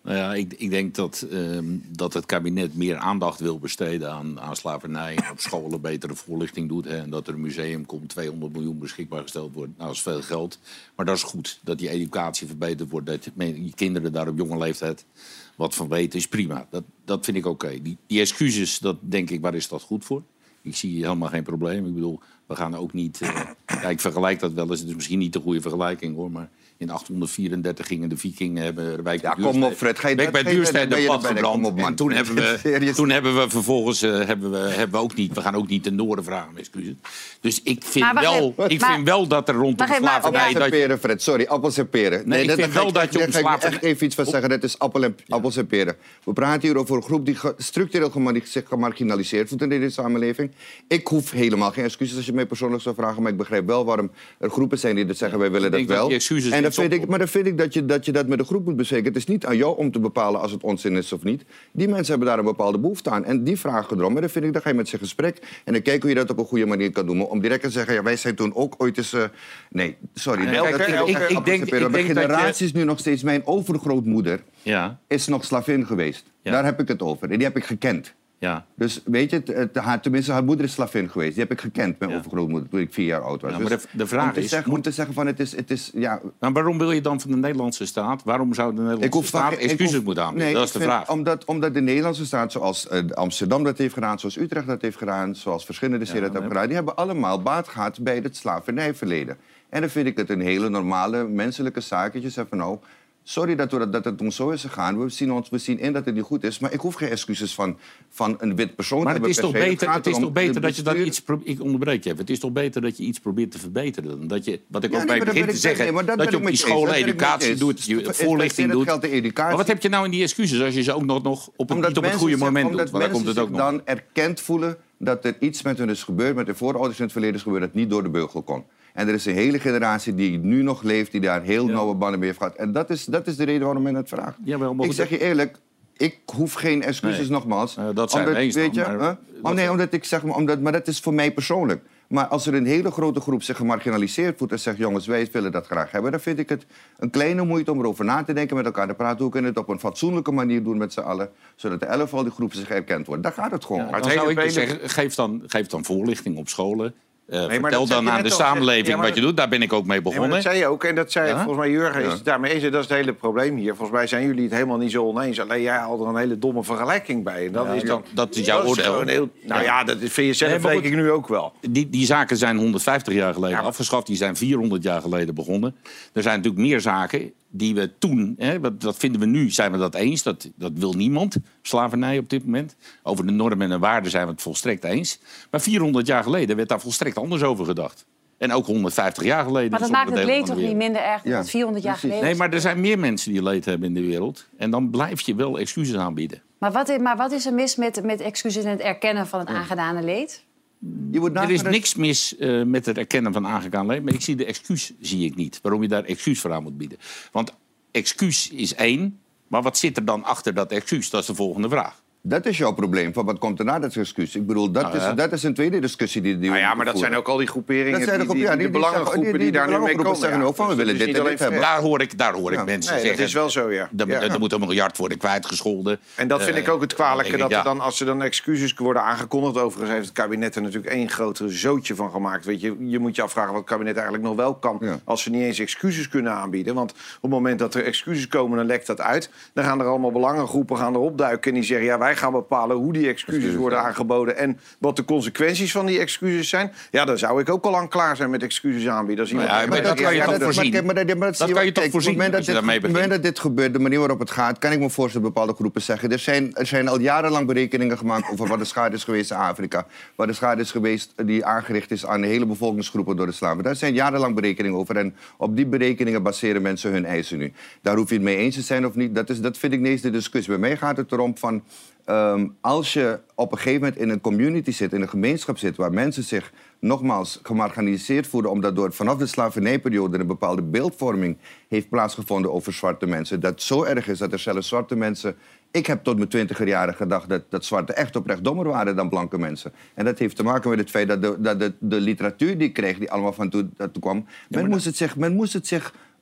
Nou ja, ik, ik denk dat, um, dat het kabinet meer aandacht wil besteden aan, aan slavernij. En op scholen betere voorlichting doet. Hè, en dat er een museum komt, tweehonderd miljoen beschikbaar gesteld wordt. Nou, dat is veel geld. Maar dat is goed. Dat die educatie verbeterd wordt. Dat je kinderen daar op jonge leeftijd wat van weten, is prima. Dat, dat vind ik oké. Okay. Die, die excuses, dat denk ik, waar is dat goed voor? Ik zie helemaal geen probleem. Ik bedoel, we gaan ook niet... Uh, ja, ik vergelijk dat wel eens. Het is misschien niet de goede vergelijking, hoor. Maar in achthonderdvierendertig gingen de Vikingen hebben Wijk bij ja, kom op, Fred. Ga je Wijk bij Duurstede de pad gebrand. En toen hebben we, toen hebben we vervolgens... Uh, hebben we, hebben we ook niet, we gaan ook niet de Noorden vragen om excuses. Dus ik vind, maar, wel, maar, ik maar, vind wel dat er rondom maar, slavernij... Appels en dat peren, Fred. Sorry, appels en peren. Nee, nee ik vind wel dat je om slavernij... Daar ga ik echt even iets van zeggen. Dat is appel en, ja. appels en peren. We praten hier over een groep die structureel zich gemarginaliseerd voelt in deze samenleving. Ik hoef helemaal geen excuses als je mij persoonlijk zou vragen. Maar ik begrijp wel waarom er groepen zijn die dat zeggen. Wij willen dat wel. En dan vind ik, maar dan vind ik dat je, dat je dat met de groep moet bespreken. Het is niet aan jou om te bepalen als het onzin is of niet. Die mensen hebben daar een bepaalde behoefte aan. En die vragen erom. En dan vind ik, dan ga je met ze gesprek. En dan kijk hoe je dat op een goede manier kan doen. Maar om direct te zeggen, ja, wij zijn toen ook ooit eens... Uh, nee, sorry. Nee, dat, kijk, dat ik, ik, ik, ik denk, ik denk generaties je... nu nog steeds... Mijn overgrootmoeder ja. is nog slavin geweest. Ja. Daar heb ik het over. En die heb ik gekend. Ja. Dus weet je, het, het, haar, tenminste, haar moeder is slavin geweest. Die heb ik gekend, mijn ja. overgrootmoeder, toen ik vier jaar oud was. Ja, maar dus de, de vraag om te is... Zeggen, moet... Om te zeggen van, het is... Het is ja... Maar waarom wil je dan van de Nederlandse staat... Waarom zou de Nederlandse ik hoef, staat ik excuses hoef, moeten aanbieden? Nee, dat is de vind, vraag. Omdat, omdat de Nederlandse staat, zoals uh, Amsterdam dat heeft gedaan... zoals Utrecht dat heeft gedaan, zoals verschillende steden ja, dat hebben gedaan... die hebben allemaal baat gehad bij het slavernijverleden. En dan vind ik het een hele normale, menselijke zaak... dat je zegt van nou... Sorry dat, we dat, dat het toen zo is gegaan. We zien, ons, we zien in dat het niet goed is. Maar ik hoef geen excuses van, van een wit persoon maar te hebben. Maar het is toch beter, het is toch beter dat je dan bestuur... iets... Pro- ik onderbreek je even. Het is toch beter dat je iets probeert te verbeteren. Dan dat je, wat ik ja, ook nee, bij begin te zeggen... Nee, dat, dat je op die scholen educatie doet, je voorlichting doet. Maar wat heb je nou in die excuses als je ze ook nog, nog op, het, niet op het goede moment doet? Want dan komt het ook nog. Dan erkend voelen dat er iets met hun is gebeurd... met de voorouders in het verleden is gebeurd... dat niet door de beugel kon. En er is een hele generatie die nu nog leeft... die daar heel ja. nauwe banden mee heeft gehad. En dat is, dat is de reden waarom men het vraagt. Ja, wel, ik zeg je eerlijk, ik hoef geen excuses nee. nogmaals. Uh, dat zijn omdat, we eens weet dan, je, maar, huh? oh, nee, omdat ik zeg, maar, omdat, maar dat is voor mij persoonlijk. Maar als er een hele grote groep zich gemarginaliseerd voelt... en zegt, jongens, wij willen dat graag hebben... dan vind ik het een kleine moeite om erover na te denken... met elkaar te praten. Hoe kunnen we het op een fatsoenlijke manier doen met z'n allen... zodat de elf al die groepen zich erkend worden. Daar gaat het gewoon. Ja, maar dan zou ik dus zeggen, geef dan, geef dan voorlichting op scholen... Uh, nee, vertel dan aan de samenleving ja, wat je doet. Daar ben ik ook mee begonnen. Nee, dat zei je ook. En dat zei ja? volgens mij Jurgen is het daarmee eens. Dat is het hele probleem hier. Volgens mij zijn jullie het helemaal niet zo oneens. Alleen jij haalt er een hele domme vergelijking bij. En dat, ja, is dan, dat is jouw dat oordeel. Is heel, nou ja, ja dat vind je zelf nee, denk ik nu ook wel. Die, die zaken zijn honderdvijftig jaar geleden ja, maar... afgeschaft. Die zijn vierhonderd jaar geleden begonnen. Er zijn natuurlijk meer zaken die we toen... Hè, dat vinden we nu, zijn we dat eens. Dat, dat wil niemand, slavernij op dit moment. Over de normen en waarden zijn we het volstrekt eens. Maar vierhonderd jaar geleden werd daar volstrekt anders over gedacht. En ook honderdvijftig jaar geleden. Maar dat maakt het leed toch niet minder erg dan ja. vierhonderd jaar geleden? Nee, maar er zijn meer mensen die leed hebben in de wereld. En dan blijf je wel excuses aanbieden. Maar wat is, maar wat is er mis met, met excuses en het erkennen van het ja. aangedane leed? Je er is niks mis uh, met het erkennen van aangegaan leed. Maar ik zie de excuus zie ik niet. Waarom je daar excuus voor aan moet bieden. Want excuus is één. Maar wat zit er dan achter dat excuus? Dat is de volgende vraag. Dat is jouw probleem. Van wat komt er na dat excuus? Ik bedoel, dat, nou, ja. is, dat is een tweede discussie die, die nou ja, maar dat zijn ook al die groeperingen, dat zijn de, die, die, ja, die, die, die belangengroepen die, die, die, die daar nu mee komen. Zeggen ja. ook van, we willen dit en dit hebben. Daar hoor ik, daar hoor ik ja. mensen nee, zeggen. Dat is wel zo, ja. Er, ja. er moet een miljard worden kwijtgescholden. En dat vind uh, ik ook het kwalijke. Dat ja. er dan, als er dan excuses worden aangekondigd... overigens heeft het kabinet er natuurlijk één grotere zootje van gemaakt. Weet je, je moet je afvragen wat het kabinet eigenlijk nog wel kan... Ja. als ze niet eens excuses kunnen aanbieden. Want op het moment dat er excuses komen, dan lekt dat uit. Dan gaan er allemaal belangengroepen gaan erop duiken... en die zeggen, ja, wij gaan bepalen hoe die excuses worden aangeboden... en wat de consequenties van die excuses zijn. Ja, dan zou ik ook al lang klaar zijn met excuses aanbieden. Als ja, maar, maar dat kan je toch voorzien? Dat kan je toch voorzien als je daarmee begint. Op het moment dat dit gebeurt, de manier waarop het gaat... kan ik me voorstellen bepaalde groepen zeggen... Er zijn, er zijn al jarenlang berekeningen gemaakt over wat de schade is geweest in Afrika. Wat de schade is geweest die aangericht is aan de hele bevolkingsgroepen door de slaven. Daar zijn jarenlang berekeningen over. En op die berekeningen baseren mensen hun eisen nu. Daar hoef je het mee eens te zijn of niet. Dat, is, dat vind ik niet eens de discussie. Bij mij gaat het erom van... Um, als je op een gegeven moment in een community zit, in een gemeenschap zit... waar mensen zich nogmaals gemarginaliseerd voelen... omdat door vanaf de slavernijperiode een bepaalde beeldvorming heeft plaatsgevonden over zwarte mensen... dat zo erg is dat er zelfs zwarte mensen... Ik heb tot mijn twintiger jaren gedacht dat, dat zwarte echt oprecht dommer waren dan blanke mensen. En dat heeft te maken met het feit dat de, dat de, de literatuur die ik kreeg, die allemaal van toe, dat toe kwam... Ja, men, moest het zich, men moest het zich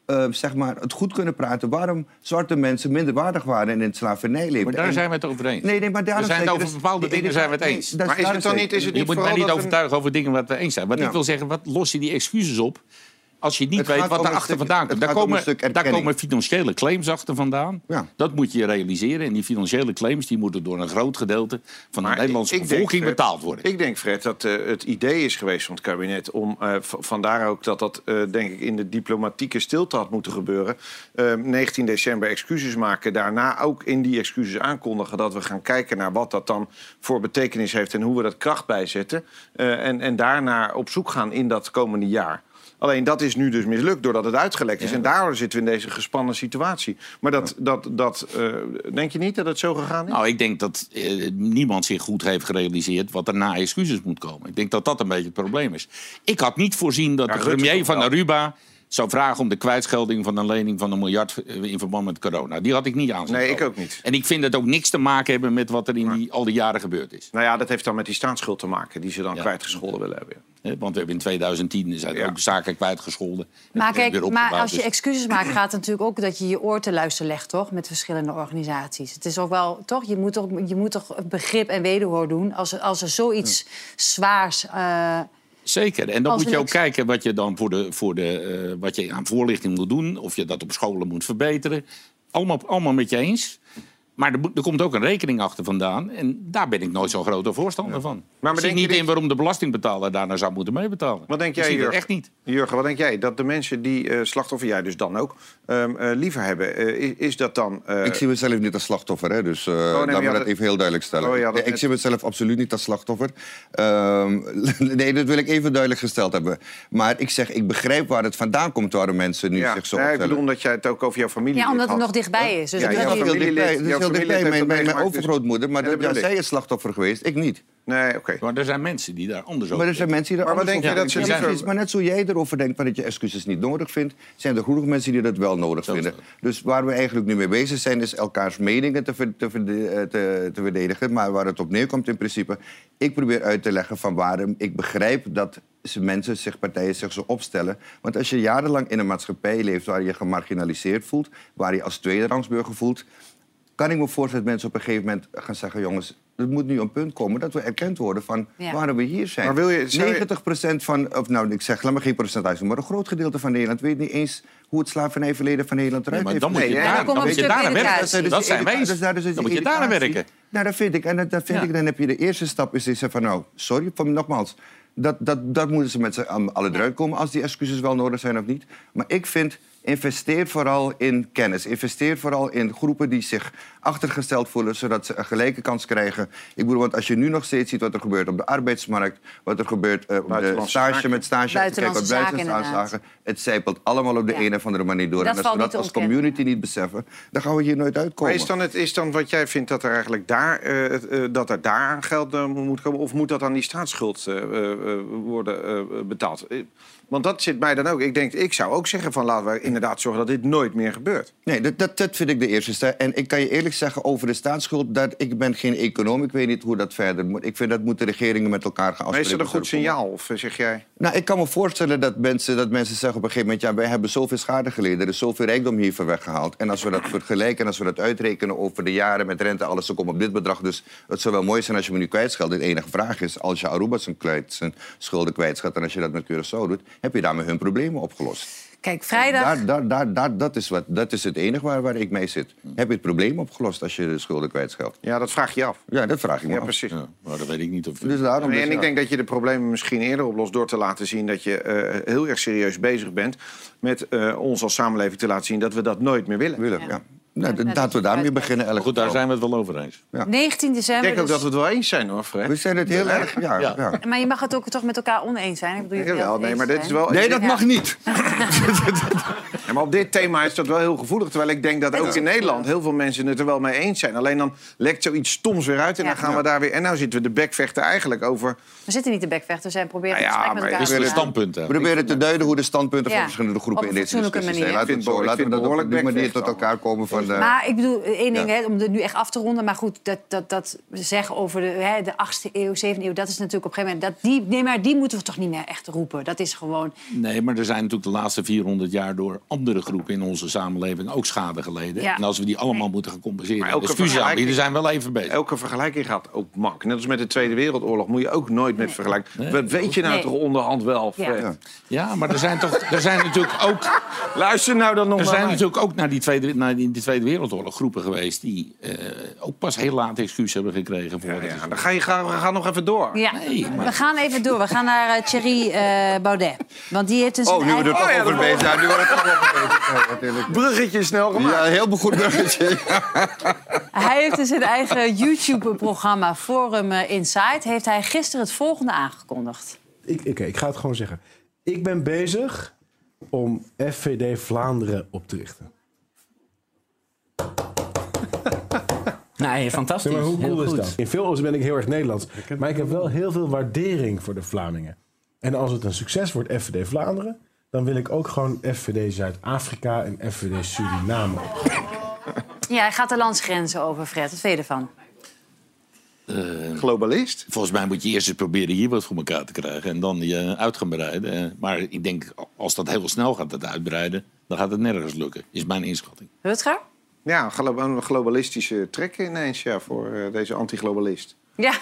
Uh, zeg maar, het goed kunnen praten waarom zwarte mensen minderwaardig waren en in het slavernij leefden. Maar daar en... zijn we het over eens. Nee, nee, maar we zijn het over bepaalde dingen zijn we het eens. Dat, maar is het dan niet, is het je niet moet mij niet overtuigen een... over dingen waar we eens zijn. Want ja. ik wil zeggen, wat los je die excuses op als je niet het weet wat erachter vandaan komt? Daar komen, daar komen financiële claims achter vandaan. Ja. Dat moet je realiseren. En die financiële claims die moeten door een groot gedeelte van de maar Nederlandse ik, ik bevolking denk, Fred, betaald worden. Ik denk, Fred, dat uh, het idee is geweest van het kabinet om uh, vandaar ook dat dat uh, denk ik in de diplomatieke stilte had moeten gebeuren. Uh, negentien december excuses maken. Daarna ook in die excuses aankondigen dat we gaan kijken naar wat dat dan voor betekenis heeft en hoe we dat kracht bijzetten. Uh, en, en daarna op zoek gaan in dat komende jaar. Alleen dat is nu dus mislukt doordat het uitgelekt is. Ja. En daardoor zitten we in deze gespannen situatie. Maar dat, dat, dat, uh, denk je niet dat het zo gegaan is? Nou, ik denk dat uh, niemand zich goed heeft gerealiseerd wat er na excuses moet komen. Ik denk dat dat een beetje het probleem is. Ik had niet voorzien dat ja, de premier van Aruba zou vragen om de kwijtschelding van een lening van een miljard in verband met corona. Die had ik niet aan. Nee, ik ook niet. En ik vind het ook niks te maken hebben met wat er in die, al die jaren gebeurd is. Nou ja, dat heeft dan met die staatsschuld te maken die ze dan ja. kwijtgescholden willen hebben. Want we hebben in tweeduizend tien zijn ja. ook zaken kwijtgescholden. Maar kijk, maar als je excuses maakt, gaat het natuurlijk ook dat je je oor te luisteren legt, toch? Met verschillende organisaties. Het is ook wel, toch? Je moet toch, je moet toch begrip en wederhoor doen als er, als er zoiets ja. zwaars. Uh, Zeker. En dan moet je ook kijken wat je dan voor de, voor de, uh, wat je aan voorlichting moet doen. Of je dat op scholen moet verbeteren. Allemaal, allemaal met je eens. Maar er, er komt ook een rekening achter vandaan. En daar ben ik nooit zo'n grote voorstander ja. van. Maar ik zie niet dit... in waarom de belastingbetaler daarna zou moeten meebetalen. Wat denk jij, Jurgen? Echt niet. Jurgen, wat denk jij? Dat de mensen die uh, slachtoffer, jij dus dan ook, uh, uh, liever hebben, uh, is, is dat dan... Uh... Ik zie mezelf niet als slachtoffer, hè? Dus uh, oh, nee, laat me dat het... even heel duidelijk stellen. Oh, ja, nee, net... Ik zie mezelf absoluut niet als slachtoffer. Uh, nee, dat wil ik even duidelijk gesteld hebben. Maar ik zeg, ik begrijp waar het vandaan komt, waarom mensen nu ja. zich zo ja, opstellen. Ik bedoel omdat jij het ook over jouw familie Ja, omdat het had. nog dichtbij is. Dus ja, dat jouw familielid... Heel dichtbij. Mijn, mijn, mijn overgrootmoeder, maar dat, ja, zij is slachtoffer geweest, ik niet. Nee, oké. Okay. Maar er zijn mensen die daar anders over Maar er zijn mensen die daar maar anders over denken. Ja, dat ze maar net zo jij erover denkt van dat je excuses niet nodig vindt, zijn er genoeg mensen die dat wel nodig zo vinden. Dus waar we eigenlijk nu mee bezig zijn, is elkaars meningen te, ver, te, te, te verdedigen. Maar waar het op neerkomt in principe, ik probeer uit te leggen van waarom ik begrijp dat mensen zich, partijen zich zo opstellen. Want als je jarenlang in een maatschappij leeft waar je je gemarginaliseerd voelt, waar je als tweederangsburger voelt, kan ik me voorstellen dat mensen op een gegeven moment gaan zeggen, jongens, er moet nu een punt komen dat we erkend worden van ja. waarom we hier zijn. Maar wil je, negentig procent van, of nou, ik zeg, laat me geen percentage doen, maar een groot gedeelte van Nederland weet niet eens hoe het slavernijverleden van Nederland eruit nee, heeft. Maar dan moet je, nee, daar, dan dan moet je daar aan werken. Dat, dat zijn wij. Dus daar, dus dan moet je daar aan werken. Nou, dat vind ik. En dat, dat vind ja. ik, dan heb je de eerste stap is zeggen van, nou, sorry, van, nogmaals, dat, dat, dat moeten ze met z'n allen eruit komen als die excuses wel nodig zijn of niet. Maar ik vind, investeer vooral in kennis. Investeer vooral in groepen die zich achtergesteld voelen, zodat ze een gelijke kans krijgen. Ik bedoel, want als je nu nog steeds ziet wat er gebeurt op de arbeidsmarkt, wat er gebeurt uh, op de stage zaken. met stage, kijk wat buitenlandse aanslagen, het zijpelt allemaal op de ja. een of andere manier door. Dat en als we dat als community niet beseffen, dan gaan we hier nooit uitkomen. Maar is dan, het, is dan wat jij vindt dat er eigenlijk daar, uh, uh, dat er daar aan geld uh, moet komen, of moet dat aan die staatsschuld uh, uh, worden uh, betaald? Uh, Want dat zit mij dan ook. Ik denk, ik zou ook zeggen van laten we inderdaad zorgen dat dit nooit meer gebeurt. Nee, dat, dat, dat vind ik de eerste stap. En ik kan je eerlijk zeggen over de staatsschuld, dat ik ben geen econoom. Ik weet niet hoe dat verder moet. Ik vind dat moeten regeringen met elkaar gaan afspreken. Maar is dat een goed signaal, of zeg jij? Nou, ik kan me voorstellen dat mensen, dat mensen zeggen op een gegeven moment, ja, wij hebben zoveel schade geleden, er is zoveel rijkdom hiervoor weggehaald. En als we dat vergelijken en als we dat uitrekenen over de jaren met rente, alles, dan komt op dit bedrag. Dus het zou wel mooi zijn als je me nu kwijtscheldt. De enige vraag is, als je Aruba zijn, kwijt, zijn schulden kwijtscheldt en als je dat met Curaçao doet, heb je daarmee hun problemen opgelost. Kijk, vrijdag... Daar, daar, daar, daar, dat, is wat, dat is het enige waar, waar ik mee zit. Heb je het probleem opgelost als je de schulden kwijtscheldt? Ja, dat vraag je af. Ja, dat vraag ik me ja, af. Precies. Ja, maar dat weet ik niet of... Dus daarom, nee, dus, en ja. ik denk dat je de problemen misschien eerder oplost door te laten zien dat je uh, heel erg serieus bezig bent met uh, ons als samenleving te laten zien dat we dat nooit meer willen. willen ja. Ja. Nou, ja, laten we daarmee beginnen. Elke Goed, daar zijn we het wel over eens. Ja. negentien december... Ik denk ook dus... dat we het wel eens zijn, hoor, Fred. We zijn het heel ja. erg... Ja, ja. Ja. Maar je mag het ook toch met elkaar oneens zijn? Ik bedoel, je ja, wel, nee, maar dit is wel... nee, dat mag ja. niet. Ja, maar op dit thema is dat wel heel gevoelig. Terwijl ik denk dat ook in Nederland heel veel mensen het er wel mee eens zijn. Alleen dan lekt zoiets stoms weer uit en ja. dan gaan we ja. daar weer... En nou zitten we de bekvechten eigenlijk over... We zitten niet de bekvechten, we zijn proberen ja, het gesprek met elkaar... Het is de standpunten. We proberen te duiden hoe de standpunten ja. van verschillende groepen in deze discussie zijn. Laten we het zo, laten we dat op die manier tot elkaar komen van de... Maar ik bedoel, één ding, ja. hè, om het nu echt af te ronden... maar goed, dat, dat, dat zeggen over de, hè, de achtste eeuw, zevende eeuw... dat is natuurlijk op een gegeven moment... Dat die, nee, maar die moeten we toch niet meer echt roepen. Dat is gewoon... Nee, maar er zijn natuurlijk de laatste vierhonderd jaar door andere andere groepen in onze samenleving ook schade geleden. Ja. En als we die allemaal moeten gaan compenseren... Maar de elke excuses aanbieden, vergelijking- zijn wel even bezig. Elke vergelijking gaat ook mak. Net als met de Tweede Wereldoorlog moet je ook nooit met vergelijken. Nee. Wat weet je nou Nee. toch onderhand wel, Ja. Fred? Ja. Ja, maar er zijn, toch, er zijn natuurlijk ook... Luister nou dan nog Er naar zijn mij. natuurlijk ook naar die Tweede, naar die, die Tweede Wereldoorlog groepen geweest... die eh, ook pas heel laat excuus hebben gekregen. Voor Ja, wat ja, is- dan ga je gaan, we gaan nog even door. Ja. Nee, maar- We gaan even door. We gaan naar uh, Thierry uh, Baudet. Want die heeft dus Oh, een nu we er eigen... toch Oh, ja, over dat bezig zijn. Nu we er toch over bezig zijn, natuurlijk. Bruggetje snel gemaakt. Ja, heel goed bruggetje. Hij heeft dus zijn eigen YouTube-programma Forum uh, Inside. Heeft hij gisteren het volgende aangekondigd. Ik, Oké, ik ga het gewoon zeggen. Ik ben bezig om F V D Vlaanderen op te richten. Nee, fantastisch. Nee, maar hoe cool Heel is goed. dat? In veel opzichten ben ik heel erg Nederlands. Maar ik heb wel heel veel waardering voor de Vlamingen. En als het een succes wordt, F V D Vlaanderen... dan wil ik ook gewoon F V D Zuid-Afrika en F V D Suriname op. Ja, hij gaat de landsgrenzen over, Fred. Wat vind je ervan? Eh, Globalist. Volgens mij moet je eerst eens proberen hier wat voor elkaar te krijgen... en dan je uit gaan breiden. Eh, Maar ik denk, als dat heel snel gaat, dat uitbreiden... dan gaat het nergens lukken, is mijn inschatting. Rutger? Ja, een glo- een globalistische trek ineens ja, voor uh, deze anti-globalist. Ja.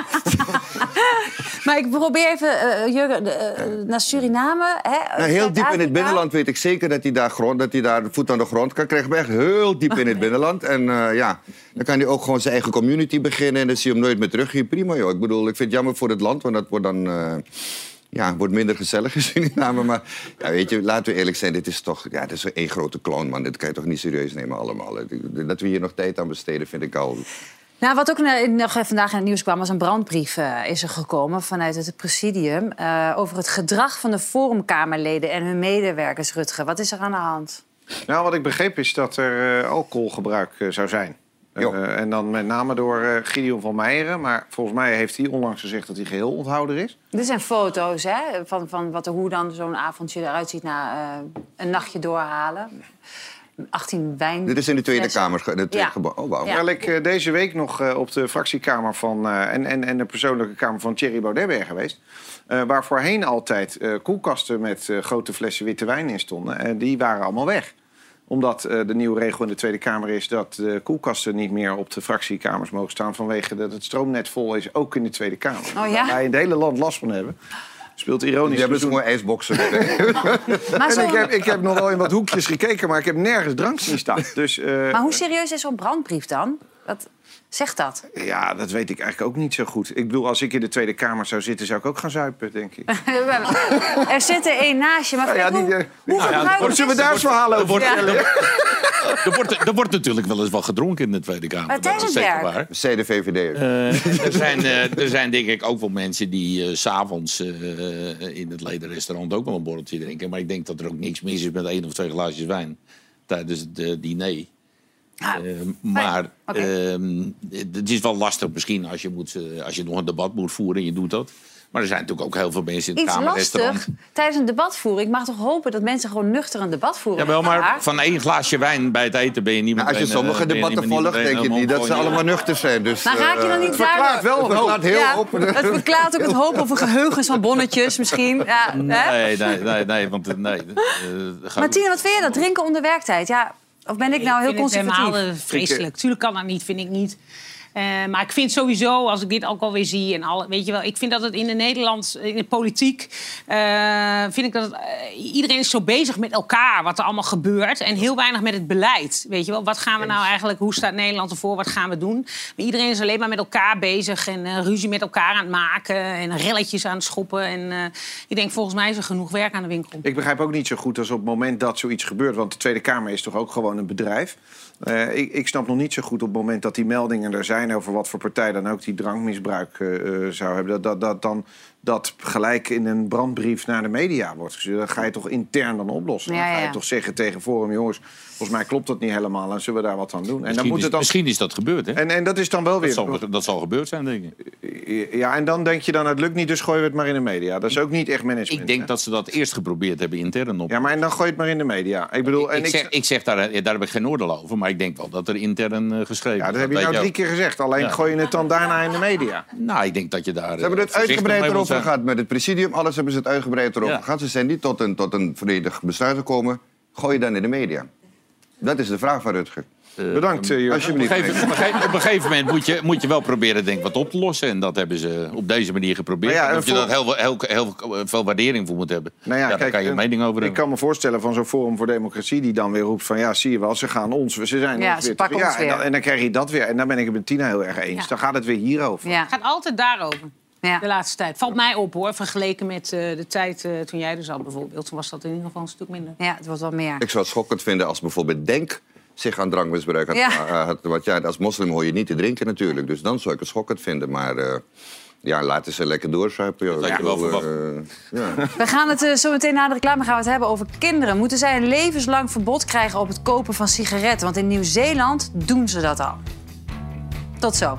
Maar ik probeer even, uh, Jurgen, uh, naar Suriname. Hè? Nou, heel diep in Zuid-Afrika. het binnenland weet ik zeker dat hij daar, grond, dat hij daar voet aan de grond kan krijgen. Echt heel diep in het binnenland. En uh, ja, dan kan hij ook gewoon zijn eigen community beginnen. En dan zie je hem nooit meer terug. Hier, prima joh. Ik bedoel, ik vind het jammer voor het land, want dat wordt dan... Uh, Ja, wordt minder gezellig in Suriname. Maar ja, weet je, laten we eerlijk zijn, dit is toch ja, dit is één grote clown, man. Dit kan je toch niet serieus nemen allemaal. Dat we hier nog tijd aan besteden, vind ik al... Nou, wat ook nog vandaag in het nieuws kwam, was een brandbrief uh, is er gekomen vanuit het presidium uh, over het gedrag van de forumkamerleden en hun medewerkers, Rutger. Wat is er aan de hand? Nou, wat ik begreep is dat er uh, alcoholgebruik uh, zou zijn. Uh, en dan met name door uh, Gideon van Meijeren. Maar volgens mij heeft hij onlangs gezegd dat hij geheel onthouder is. Dit zijn foto's hè, van, van wat, hoe dan zo'n avondje eruit ziet na uh, een nachtje doorhalen. achttien wijn. Dit is in de Tweede Kamer. Het Tweede ja. gebouw. Oh, wow. Ja. Terwijl ik uh, deze week nog uh, op de fractiekamer van, uh, en, en, en de persoonlijke kamer van Thierry Baudet ben geweest. Uh, waar voorheen altijd uh, koelkasten met uh, grote flessen witte wijn in stonden. En uh, die waren allemaal weg. Omdat uh, de nieuwe regel in de Tweede Kamer is dat de koelkasten niet meer op de fractiekamers mogen staan. Vanwege dat het stroomnet vol is, ook in de Tweede Kamer. Oh, ja? Waar wij in het hele land last van hebben. Speelt ironisch. Die hebben dus gewoon ijsboksen. En ik, heb, ik heb nog wel in wat hoekjes gekeken, maar ik heb nergens drank zien staan. Dus, uh, Maar hoe serieus is zo'n brandbrief dan? Wat zegt dat? Ja, dat weet ik eigenlijk ook niet zo goed. Ik bedoel, als ik in de Tweede Kamer zou zitten, zou ik ook gaan zuipen, denk ik. Er zit er één naast je, maar Nou ja, hoe, die, uh, hoe nou ja, gebruikt wordt- zullen we is- daar eens verhalen over wordt- vertellen? Er wordt, er wordt natuurlijk wel eens wat gedronken in de Tweede Kamer. Maar Dat tijdens is het zeker werk? waar. Zij de V V D. Uh, er, zijn, uh, er zijn denk ik ook wel mensen die uh, 's avonds uh, in het ledenrestaurant ook wel een borreltje drinken. Maar ik denk dat er ook niks mis is met één of twee glaasjes wijn tijdens het uh, diner. Ah, Uh, maar okay. uh, het is wel lastig misschien als je, moet, uh, als je nog een debat moet voeren en je doet dat. Maar er zijn natuurlijk ook heel veel mensen in het Iets kamerrestaurant. lastig tijdens een debat voeren. Ik mag toch hopen dat mensen gewoon nuchter een debat voeren. Jawel, maar Ja. van één glaasje wijn bij het eten ben je niet Nou, meteen... als je sommige uh, ben je debatten niet volgt, meteen denk je helemaal niet dat ze gewoon, allemaal uh, nuchter zijn. Dus, Maar raak je dan uh, niet verklaart duidelijk? wel Het een hoop. verklaart heel Ja, open. het verklaart ook het hoop over geheugens van bonnetjes misschien. Ja, hè? Nee, nee, nee, nee, want uh, nee. Uh, gaat- Martine, wat vind je dat? Drinken onder werktijd? Ja, of ben ik nou heel Ik vind het conservatief? helemaal uh, vreselijk. Tuurlijk kan dat niet, vind ik niet. Uh, maar ik vind sowieso, als ik dit ook alweer zie... En al, weet je wel, ik vind dat het in de Nederlands, in de politiek... Uh, vind ik dat het, uh, iedereen is zo bezig met elkaar, wat er allemaal gebeurt... en heel weinig met het beleid. Weet je wel, wat gaan we nou eigenlijk... hoe staat Nederland ervoor, wat gaan we doen? Maar iedereen is alleen maar met elkaar bezig... en uh, ruzie met elkaar aan het maken... en relletjes aan het schoppen. En uh, ik denk, volgens mij is er genoeg werk aan de winkel. Ik begrijp ook niet zo goed als op het moment dat zoiets gebeurt. Want de Tweede Kamer is toch ook gewoon een bedrijf. Uh, ik, ik snap nog niet zo goed op het moment dat die meldingen er zijn... over wat voor partij dan ook die drankmisbruik uh, zou hebben. Dat, dat, dat dan dat gelijk in een brandbrief naar de media wordt gestuurd. Dat ga je toch intern dan oplossen. Ja, Dan ga je ja. toch zeggen tegen Forum... jongens, volgens mij klopt dat niet helemaal en zullen we daar wat aan doen. En dan Misschien, moet is, het dan... misschien is dat gebeurd, hè? En, en dat is dan wel weer... Dat zal, dat zal gebeurd zijn, denk ik. Ja, en dan denk je dan, het lukt niet, dus gooien we het maar in de media. Dat is ook niet echt management. Ik denk hè? dat ze dat eerst geprobeerd hebben intern op. Ja, maar en dan gooi je het maar in de media. Ik bedoel, en ik, ik, zeg, ik zeg daar, daar heb ik geen oordeel over, maar ik denk wel dat er intern uh, geschreven ja, is. dat heb je weet nou ook. drie keer gezegd. Alleen Ja. gooi je het dan daarna in de media. Nou, ik denk dat je daar... Ze hebben het uitgebreid erover gehad met het presidium. Alles hebben ze het uitgebreid erover Ja. gehad. Ze zijn niet tot een, tot een volledig besluit gekomen. gooi je dan in de media? Dat is de vraag van Rutger. Uh, Bedankt, uh, Alsjeblieft. Op een, gegeven, op, een gegeven, op een gegeven moment moet je, moet je wel proberen denk, wat op te lossen. En dat hebben ze op deze manier geprobeerd. Ja, of je daar heel, heel, heel, heel veel waardering voor moet hebben. Nou ja, ja, kijk, daar kan je een mening over hebben. Ik kan me voorstellen van zo'n Forum voor Democratie... die dan weer roept van ja, zie je wel, ze gaan ons... Ze zijn ja, ons ze weer pakken ja, ons weer. En dan, en dan krijg je dat weer. En dan ben ik het met Tina heel erg eens. Ja. Dan gaat het weer hierover. Ja. Het gaat altijd daarover. Ja. De laatste tijd. Valt mij op, hoor. Vergeleken met uh, de tijd uh, toen jij er zat, bijvoorbeeld. Toen was dat in ieder geval een stuk minder. Ja, het wordt wel meer. Ik zou het schokkend vinden als bijvoorbeeld Denk... zich aan drankmisbruik had. Ja. had want ja, als moslim hoor je niet te drinken natuurlijk. Dus dan zou ik het schokkend vinden. Maar uh, ja, laten ze lekker doorzuipen. Joh. Ja, wel uh, ja. We gaan het uh, zo meteen na de reclame gaan we het hebben over kinderen. Moeten zij een levenslang verbod krijgen op het kopen van sigaretten? Want in Nieuw-Zeeland doen ze dat al. Tot zo.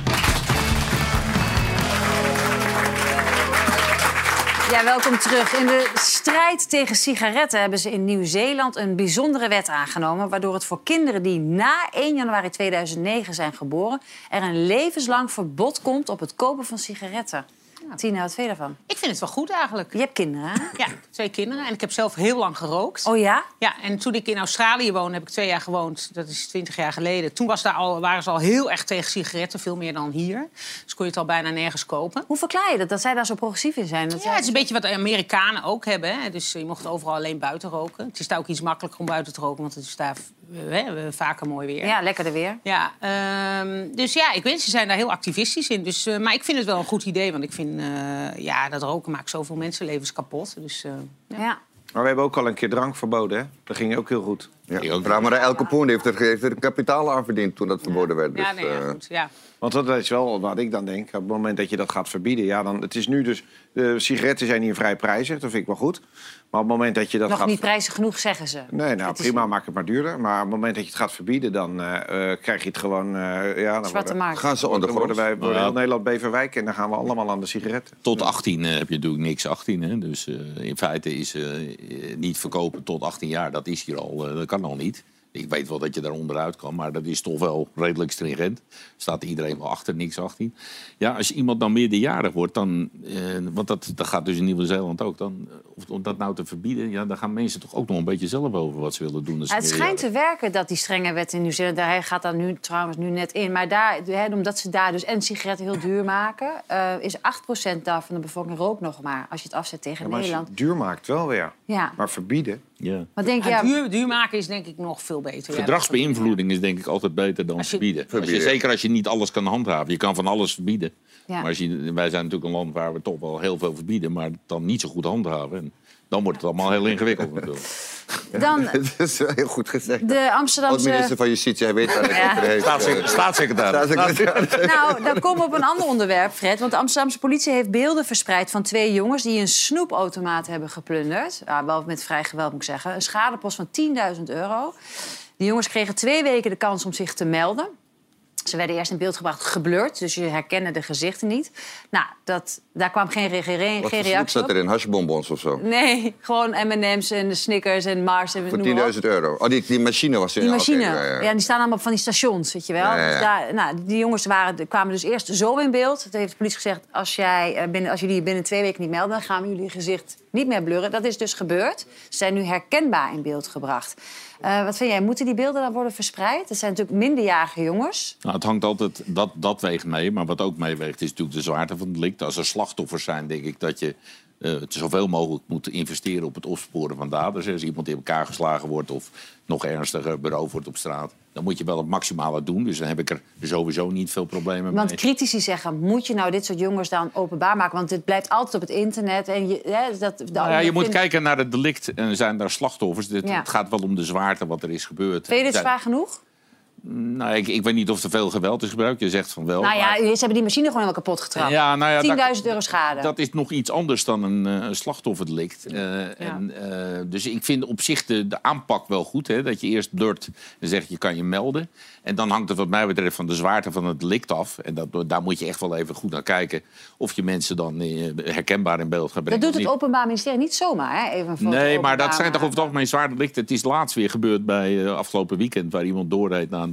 Ja, welkom terug. In de strijd tegen sigaretten hebben ze in Nieuw-Zeeland een bijzondere wet aangenomen... waardoor het voor kinderen die na één januari tweeduizend negen zijn geboren... er een levenslang verbod komt op het kopen van sigaretten. Ja. Tina, wat vind je daarvan? Ik vind het wel goed eigenlijk. Je hebt kinderen, hè? Ja, twee kinderen. En ik heb zelf heel lang gerookt. Oh ja? Ja, en toen ik in Australië woonde, heb ik twee jaar gewoond. Dat is twintig jaar geleden. Toen was daar al, waren ze al heel erg tegen sigaretten, veel meer dan hier. Dus kon je het al bijna nergens kopen. Hoe verklaar je dat, dat zij daar zo progressief in zijn? Dat ja, het is een beetje wat de Amerikanen ook hebben. Hè. Dus je mocht overal alleen buiten roken. Het is daar ook iets makkelijker om buiten te roken, want het is daar hè, vaker mooi weer. Ja, lekkerder weer. Ja, um, dus ja, ik weet, ze zijn daar heel activistisch in. Dus, uh, maar ik vind het wel een goed idee, want ik vind... Uh, ja, dat roken maakt zoveel mensenlevens kapot. Dus, uh, ja. ja. Maar we hebben ook al een keer drank verboden, hè? Dat ging ook heel goed. Ja. Vraag maar, El Capone heeft er, heeft er kapitaal aan verdiend toen dat verboden werd. Dus, ja, nee, ja, goed, ja. Want dat is wel wat ik dan denk. Op het moment dat je dat gaat verbieden... Ja, dan, het is nu dus... De sigaretten zijn hier vrij prijzig, dat vind ik wel goed. Maar op het moment dat je dat Nog gaat... niet prijzig genoeg, zeggen ze. Nee, nou het prima, is... maak het maar duurder. Maar op het moment dat je het gaat verbieden, dan uh, uh, krijg je het gewoon... Uh, ja, dan Zwarte markt. Gaan ze ondergrond. Dan worden wij worden heel Nederland Beverwijk en dan gaan we allemaal aan de sigaretten. Tot achttien uh, heb je natuurlijk niks achttien. Hè? Dus uh, in feite is uh, niet verkopen tot achttien jaar, dat is hier al, uh, dat kan al niet. Ik weet wel dat je daar onderuit kan, maar dat is toch wel redelijk stringent. Staat iedereen wel achter, niks achttien. Ja, als iemand dan meerderjarig wordt, dan... Eh, want dat, dat gaat dus in Nieuw-Zeeland ook. Dan, of, om dat nou te verbieden, ja, dan gaan mensen toch ook nog een beetje zelf over wat ze willen doen. Ja, het schijnt te werken dat die strenge wet in Nieuw-Zeeland... Hij gaat daar nu trouwens nu net in. Maar daar, hè, omdat ze daar dus en sigaretten heel duur maken... Uh, is acht procent daar van de bevolking rookt nog maar. Als je het afzet tegen ja, maar Nederland. Als je het duur maakt wel weer. Ja. Maar verbieden... Ja. Wat denk je? Ja, Ja, duur, duur maken is denk ik nog veel beter. Verdragsbeïnvloeding is denk ik altijd beter dan Als je- verbieden. verbieden. Als je, zeker als je niet alles kan handhaven. Je kan van alles verbieden. Ja. Maar als je, wij zijn natuurlijk een land waar we toch wel heel veel verbieden... maar dan niet zo goed handhaven. En dan wordt het allemaal heel ingewikkeld natuurlijk. Dan Dat is wel heel goed gezegd. de Oud-minister Amsterdamse... van Justitie, hij weet waar hij Ja. het over heeft. Staatssecretaris. Staatssecretaris. Staatssecretaris. Nou, dan komen we op een ander onderwerp, Fred. Want de Amsterdamse politie heeft beelden verspreid van twee jongens... die een snoepautomaat hebben geplunderd. Ja, wel met vrij geweld, moet ik zeggen. Een schadepost van tienduizend euro. Die jongens kregen twee weken de kans om zich te melden. Ze werden eerst in beeld gebracht geblurred, dus je herkende de gezichten niet. Nou, dat, daar kwam geen, geen, geen Wat voor snoep reactie zat op. erin? Hashbonbons of zo? Nee, gewoon M en M's en Snickers en Mars. En Voor noem maar op. tienduizend euro. Oh, die, die machine was er. Die ja, machine, oké, ja, ja, ja. die staan allemaal op van die stations, weet je wel. Ja, ja, ja. Dus daar, nou, die jongens waren, kwamen dus eerst zo in beeld. Toen heeft de politie gezegd, als, jij, eh, binnen, als jullie je binnen twee weken niet melden... dan gaan we jullie gezicht niet meer blurren. Dat is dus gebeurd. Ze zijn nu herkenbaar in beeld gebracht. Uh, wat vind jij, moeten die beelden dan worden verspreid? Het zijn natuurlijk minderjarige jongens. Nou, het hangt altijd, dat, dat weegt mee. Maar wat ook meeweegt is natuurlijk de zwaarte van het delict. Als er slachtoffers zijn, denk ik dat je uh, het zoveel mogelijk moet investeren op het opsporen van daders. Als iemand in elkaar geslagen wordt of nog ernstiger beroofd wordt op straat... dan moet je wel het maximale doen. Dus dan heb ik er sowieso niet veel problemen mee. Want critici zeggen, moet je nou dit soort jongens dan openbaar maken? Want dit blijft altijd op het internet. En je, hè, dat, de Nou ja, je moet vinden- kijken naar het delict en zijn daar slachtoffers. Het, Ja. het gaat wel om de zwaarte wat er is gebeurd. Vind je dit Zijn- zwaar genoeg? Nou, ik, ik weet niet of er veel geweld is gebruikt. Je zegt van wel. Nou ja, maar- ze hebben die machine gewoon helemaal kapot getrapt. Ja, nou ja, tienduizend euro schade. Dat is nog iets anders dan een uh, slachtofferdelict. Uh, en, uh, dus ik vind op zich de, de aanpak wel goed. Hè? Dat je eerst blurt en zegt je kan je melden. En dan hangt het wat mij betreft van de zwaarte van het delict af. En dat, daar moet je echt wel even goed naar kijken. Of je mensen dan uh, herkenbaar in beeld gaat brengen. Dat doet of het niet. Openbaar Ministerie niet zomaar, hè? Even een foto Nee, maar openbaar dat zijn toch over maken. het algemeen zwaar delicten. Het is laatst weer gebeurd bij uh, afgelopen weekend... waar iemand doorreed naar een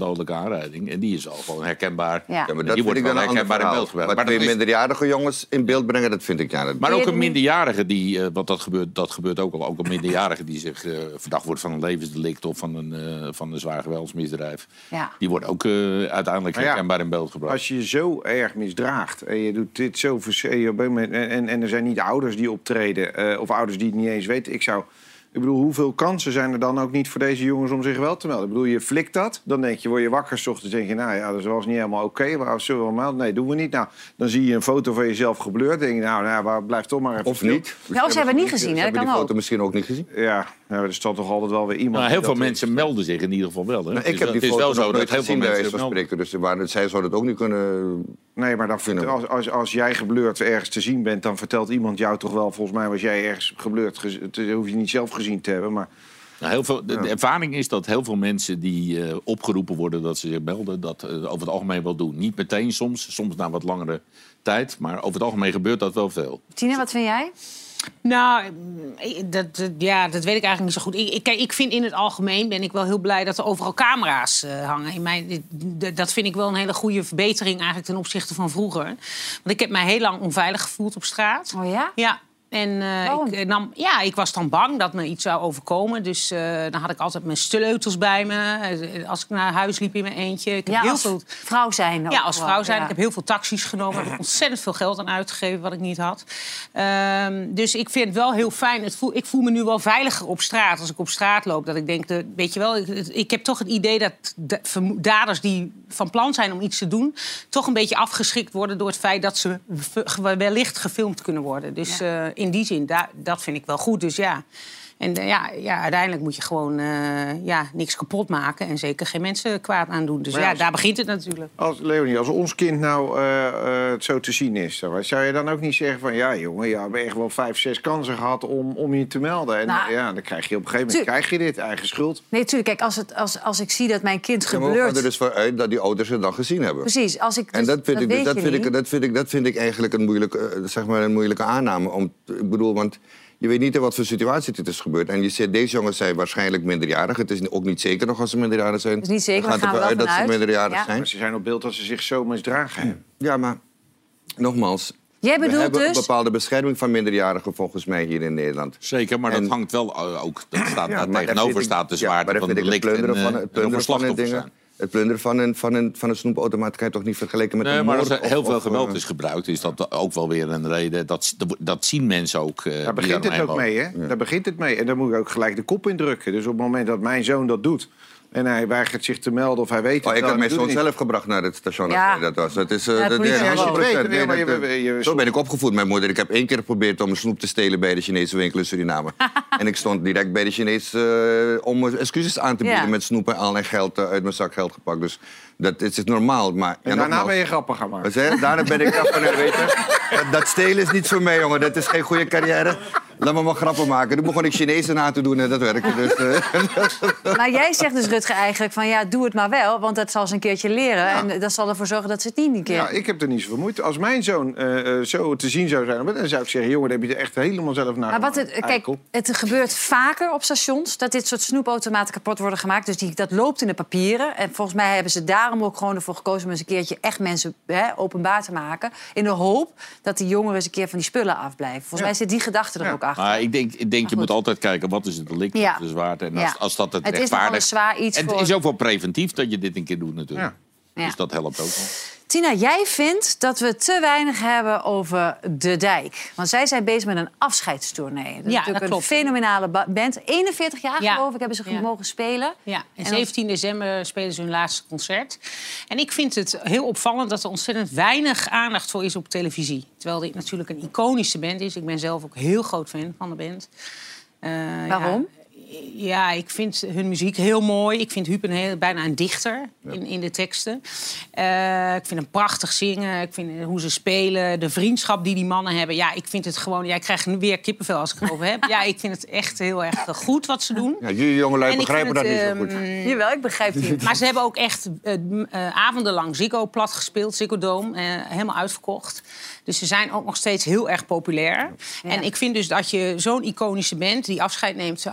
dodelijke aanrijding. En die is al gewoon herkenbaar. Ja. Ja, maar En dat die vind wordt ik wel dan een ander herkenbaar in verhaal. beeld gebracht. Maar Maar twee dat is- minderjarige jongens in beeld brengen, dat vind ik... Ja, dat... Maar ook een minderjarige die, uh, want dat gebeurt, dat gebeurt ook al, ook een minderjarige die zich uh, verdacht wordt van een levensdelict of van een, uh, van een zwaar geweldsmisdrijf. Ja. Die wordt ook uh, uiteindelijk Maar ja, herkenbaar in beeld gebracht. Als je je zo erg misdraagt en je doet dit zo vers- en, je op een moment- en, en, en er zijn niet ouders die optreden, uh, of ouders die het niet eens weten. Ik zou... Ik bedoel, hoeveel kansen zijn er dan ook niet voor deze jongens om zich wel te melden? Ik bedoel, je flikt dat, dan denk je, word je wakker 's ochtends, denk je, nou ja, dat was niet helemaal oké. Okay. Waarom zullen we wel melden? Nee, doen we niet. Nou, dan zie je een foto van jezelf geblurred, denk je, nou, nou waar blijft toch maar even Of stil. niet. Nou, ze hebben het niet gezien, hè? Dat Hebben kan die ook. foto misschien ook niet gezien? Ja, nou, er staat toch altijd wel weer iemand... Nou, heel die veel dat- mensen melden zich in ieder geval wel. Hè? Nou, Het ik is heb wel- die het is foto wel nog zo nooit dat heel veel gezien, bij mensen wijze zich van melden. spreken. Dus waar, zij zou dat ook niet kunnen... Nee, maar dan, Vinden we. als, als, als jij geblurred ergens te zien bent, dan vertelt iemand jou toch wel... Volgens mij was jij ergens geblurred, gez- dat hoef je niet zelf gezien te hebben, maar... Nou, heel veel, de, de ervaring is dat heel veel mensen die uh, opgeroepen worden dat ze zich melden, dat uh, over het algemeen wel doen. Niet meteen soms, soms na wat langere tijd, maar over het algemeen gebeurt dat wel veel. Tina, wat vind jij? Nou, dat, dat, ja, dat weet ik eigenlijk niet zo goed. Ik, ik, kijk, ik vind in het algemeen ben ik wel heel blij dat er overal camera's uh, hangen. In mijn, dat vind ik wel een hele goede verbetering eigenlijk ten opzichte van vroeger. Want ik heb mij heel lang onveilig gevoeld op straat. Oh ja? Ja. En uh, ik, nam, ja, ik was dan bang dat me iets zou overkomen. Dus uh, dan had ik altijd mijn sleutels bij me. Als ik naar huis liep in mijn eentje. Ik heb Ja, heel als veel... vrouw zijn. Ja, als vrouw zijn. Ja. Ik heb heel veel taxis genomen. Heb ik ontzettend veel geld aan uitgegeven wat ik niet had. Um, dus ik vind het wel heel fijn. Het voel, ik voel me nu wel veiliger op straat. Als ik op straat loop, dat ik denk... De, weet je wel, ik, ik heb toch het idee dat de daders die van plan zijn om iets te doen... toch een beetje afgeschrikt worden door het feit dat ze wellicht gefilmd kunnen worden. Dus ja. uh, in die zin, da, dat vind ik wel goed. Dus ja... En uh, ja, ja, uiteindelijk moet je gewoon uh, ja, niks kapot maken... en zeker geen mensen kwaad aandoen. Dus ja, als, daar begint het natuurlijk. Als, Leonie, als ons kind nou uh, uh, zo te zien is... Dan, zou je dan ook niet zeggen van... ja, jongen, je hebt echt wel vijf, zes kansen gehad om, om je te melden. En nou, ja, dan krijg je op een gegeven moment krijg je dit, eigen schuld. Nee, tuurlijk. Kijk, als, het, als, als ik zie dat mijn kind gebeurt... Ja, maar we gaan er dus vanuit dat die ouders het dan gezien hebben. Precies. Als ik, dus, en dat vind, dat ik, weet dat, je vind niet. ik, dat, vind ik, dat vind ik eigenlijk een moeilijke, uh, zeg maar een moeilijke aanname. Om, ik bedoel, want... Je weet niet in wat voor situatie dit is gebeurd. En je zegt, deze jongens zijn waarschijnlijk minderjarig. Het is ook niet zeker nog als ze minderjarig zijn. Het is niet zeker, dan gaat gaan we ervan wel uit dat ze minderjarig ja. zijn. Maar ze zijn op beeld dat ze zich zo misdragen hebben. Ja, maar nogmaals... Jij bedoelt we hebben dus... een bepaalde bescherming van minderjarigen volgens mij hier in Nederland. Zeker, maar en... dat hangt wel ook... Dat staat, ja, daar tegenover ik, staat de ja, zwaarte van het delict en, van, en, het plunderen van een dingen. Het plunderen van een, van een, van een snoepautomaat kan je toch niet vergelijken met nee, een moord? moord? Maar als er heel of, veel of, geweld is gebruikt, is dat ook wel weer een reden. Dat, dat zien mensen ook. Uh, daar begint het ook mee, hè? Ja. Daar begint het mee. En dan moet ik ook gelijk de kop indrukken. Dus op het moment dat mijn zoon dat doet... en hij weigert zich te melden of hij weet het... Oh, ik heb mijn zoon niet. zelf gebracht naar het station. Ja. Dat was. Dat is, uh, ja, dat, nee, ja, als je weet, nee, nee, maar je, dat, je, je, zo ben ik opgevoed, mijn moeder. Ik heb één keer geprobeerd om een snoep te stelen bij de Chinese winkel in Suriname. En ik stond direct bij de Chinees uh, om excuses aan te bieden... Ja. met snoep en al en geld uh, uit mijn zak geld gepakt. Dus dat is normaal. Maar, en ja, daarna nogmaals, ben je grappig gaan maken. Zeg, daarna ben ik grappig gaan weet je. Dat, dat stelen is niet voor mij, jongen. Dat is geen goede carrière. Laat me maar grappen maken. Toen begon ik Chinezen na te doen en dat werkte. Dus, uh. Maar jij zegt dus, Rutger, eigenlijk van ja, doe het maar wel. Want dat zal ze een keertje leren. Ja. En dat zal ervoor zorgen dat ze het niet een keer... Ja, ik heb er niet zoveel moeite. Als mijn zoon uh, uh, zo te zien zou zijn... dan zou ik zeggen, jongen, dan heb je er echt helemaal zelf naar. Maar wat het, kijk, het gebeurt vaker op stations... dat dit soort snoepautomaten kapot worden gemaakt. Dus die, dat loopt in de papieren. En volgens mij hebben ze daarom ook gewoon ervoor gekozen... om eens een keertje echt mensen hè, openbaar te maken. In de hoop dat die jongeren eens een keer van die spullen afblijven. Volgens ja. mij zit die gedachte er ja. ook achter. Maar ik denk, ik denk je moet altijd kijken, wat is het delict, ja. de zwaarte. En als, ja. als dat het, het rechtvaardig... is zwaar iets en voor... het is ook wel preventief dat je dit een keer doet natuurlijk. Ja. Ja. Dus dat helpt ook wel. Tina, jij vindt dat we te weinig hebben over De Dijk. Want zij zijn bezig met een afscheidstournee. Dat is ja, natuurlijk dat een klopt. fenomenale band. eenenveertig jaar ja. geloof ik hebben ze ja. mogen spelen. Ja, en, en zeventien december spelen ze hun laatste concert. En ik vind het heel opvallend dat er ontzettend weinig aandacht voor is op televisie. Terwijl dit natuurlijk een iconische band is. Ik ben zelf ook heel groot fan van de band. Uh, Waarom? Ja, Ja, ik vind hun muziek heel mooi. Ik vind Huub een heel, bijna een dichter ja. in, in de teksten. Uh, ik vind hem prachtig zingen. Ik vind hoe ze spelen, de vriendschap die die mannen hebben. Ja, ik vind het gewoon... Jij krijgt nu weer kippenvel als ik erover heb. Ja, ik vind het echt heel erg goed wat ze doen. Ja, jullie jongelui begrijpen dat het, niet zo um, goed. Jawel, ik begrijp het niet. Maar ze hebben ook echt uh, uh, avondenlang Ziggo plat gespeeld. Ziggo Dome, uh, helemaal uitverkocht. Dus ze zijn ook nog steeds heel erg populair. Ja. En ik vind dus dat je zo'n iconische band die afscheid neemt... had eigenlijk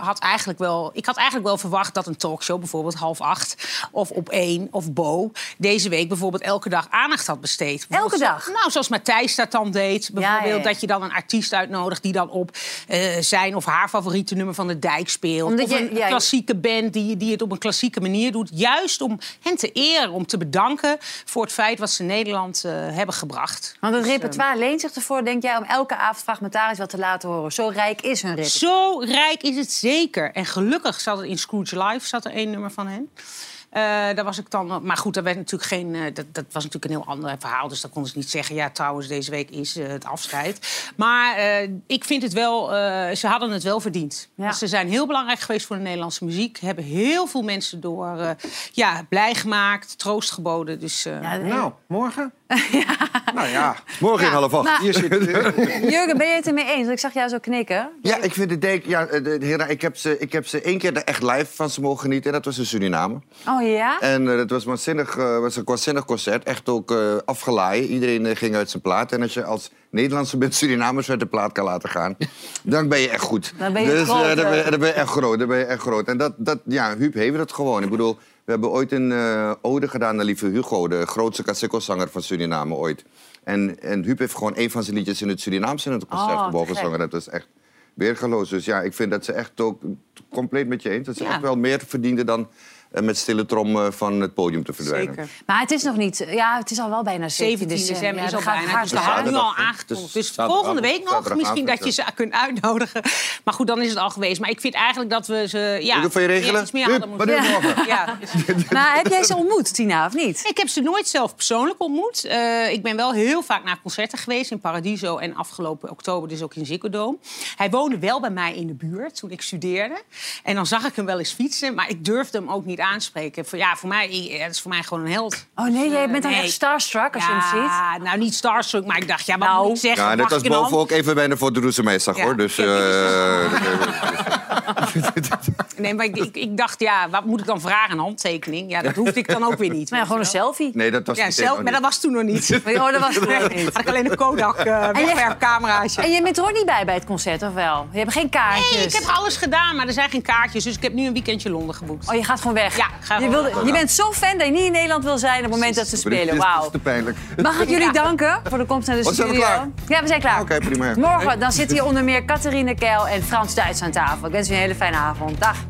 eigenlijk wel, ik had eigenlijk wel verwacht dat een talkshow, bijvoorbeeld half acht of op één of Bo, deze week bijvoorbeeld elke dag aandacht had besteed. Elke dag? Nou, zoals Matthijs dat dan deed. Bijvoorbeeld ja, ja, ja. dat je dan een artiest uitnodigt die dan op uh, zijn of haar favoriete nummer van de Dijk speelt. Omdat of je, een ja, klassieke band die, die het op een klassieke manier doet. Juist om hen te eren, om te bedanken voor het feit wat ze Nederland uh, hebben gebracht. Want het dus, repertoire uh, leent zich ervoor, denk jij, om elke avond fragmentarisch wat te laten horen. Zo rijk is hun repertoire. Zo rijk is het zeker. En gelukkig zat er in Scrooge Live zat er één nummer van hen. Uh, daar was ik dan, maar goed, dat, werd natuurlijk geen, uh, dat, dat was natuurlijk een heel ander verhaal. Dus dan konden ze niet zeggen, ja, trouwens, deze week is uh, het afscheid. Maar uh, ik vind het wel, uh, ze hadden het wel verdiend. Ja. Ze zijn heel belangrijk geweest voor de Nederlandse muziek. Hebben heel veel mensen door uh, ja, blij gemaakt, troost geboden. Dus, uh, ja, nou, morgen? ja. Nou ja. Morgen in ja. half acht. Maar, Hier zit, Jurgen, ben je het ermee eens? Want ik zag jou zo knikken. Ja, ik vind het denk, ja, de, de, ik, heb ze, ik heb ze één keer echt live van ze mogen genieten. Dat was in Suriname. Oh ja? En uh, dat was, waanzinnig, uh, was een waanzinnig concert. Echt ook uh, afgelaaien. Iedereen uh, ging uit zijn plaat. En als je als Nederlandse bent Surinamers uit de plaat kan laten gaan, dan ben je echt goed. Dan ben je dus, groot. Uh, dan, ben je, dan ben je echt groot. Dan ben je echt groot. En dat, dat, ja, Huub heeft het gewoon. Ik bedoel, we hebben ooit een uh, ode gedaan naar lieve Hugo, de grootste Kaseko-zanger van Suriname ooit. En, en Huub heeft gewoon een van zijn liedjes in het Surinaams in het concert oh, gebogen gezongen. Dat is echt weergeloos. Dus ja, ik vind dat ze echt ook compleet met je eens. Dat ze ja. echt wel meer verdienden dan uh, met stille trom uh, van het podium te verdwijnen. Zeker. Maar het is nog niet, ja, het is al wel bijna zeventien december. Ja, is al gaat bijna. Dus dat hadden we nu al aangekondigd. Dus volgende week nog misschien dat je ze kunt uitnodigen. Maar goed, dan is het al geweest. Maar ik vind eigenlijk dat we ze ja, van je regelen? iets meer hadden moeten doen. Ja. Ja. Maar heb jij ze ontmoet, Tina, of niet? Ik heb ze nooit zelf persoonlijk ontmoet. Uh, ik ben wel heel vaak naar concerten geweest in Paradiso en afgelopen oktober dus ook in Ziggo Dome. Hij woonde wel bij mij in de buurt toen ik studeerde. En dan zag ik hem wel eens fietsen, maar ik durfde hem ook niet aanspreken. Voor, ja, voor mij, het is voor mij gewoon een held. Oh nee, jij bent dan nee. echt starstruck als ja, je hem ziet? Ja, nou niet starstruck, maar ik dacht, ja, wat nou. moet ik zeggen? Ja, net als boven ook even bijna voor de Roesemee zag, ja. hoor. Dus, uh, nee, maar ik, ik, ik dacht, ja, wat moet ik dan vragen? Een handtekening? Ja, dat hoefde ik dan ook weer niet. Maar ja, gewoon een selfie. Nee, dat was ja, niet. Self, maar dat was toen nog niet. Oh, dat was toen nog niet. Had ik alleen een Kodak uh, wegwerpcameraatje. En je bent er ook niet bij bij het concert, of wel? Je hebt geen kaartjes? Nee, ik heb alles gedaan, maar er zijn geen kaartjes. Dus ik heb nu een weekendje Londen geboekt. Oh, je gaat gewoon weg? Ja, ik ga je, wilde, je bent zo fan dat je niet in Nederland wil zijn op het moment dat ze spelen. Wauw. Dat is te pijnlijk. Mag ik jullie ja. danken voor de komst naar de oh, studio? Zijn we klaar? Ja, we zijn klaar. Oké, okay, prima. Morgen dan zitten hier onder meer Catharine Keil en Frans Duits aan tafel. Ik wens u een hele fijne avond. Dag.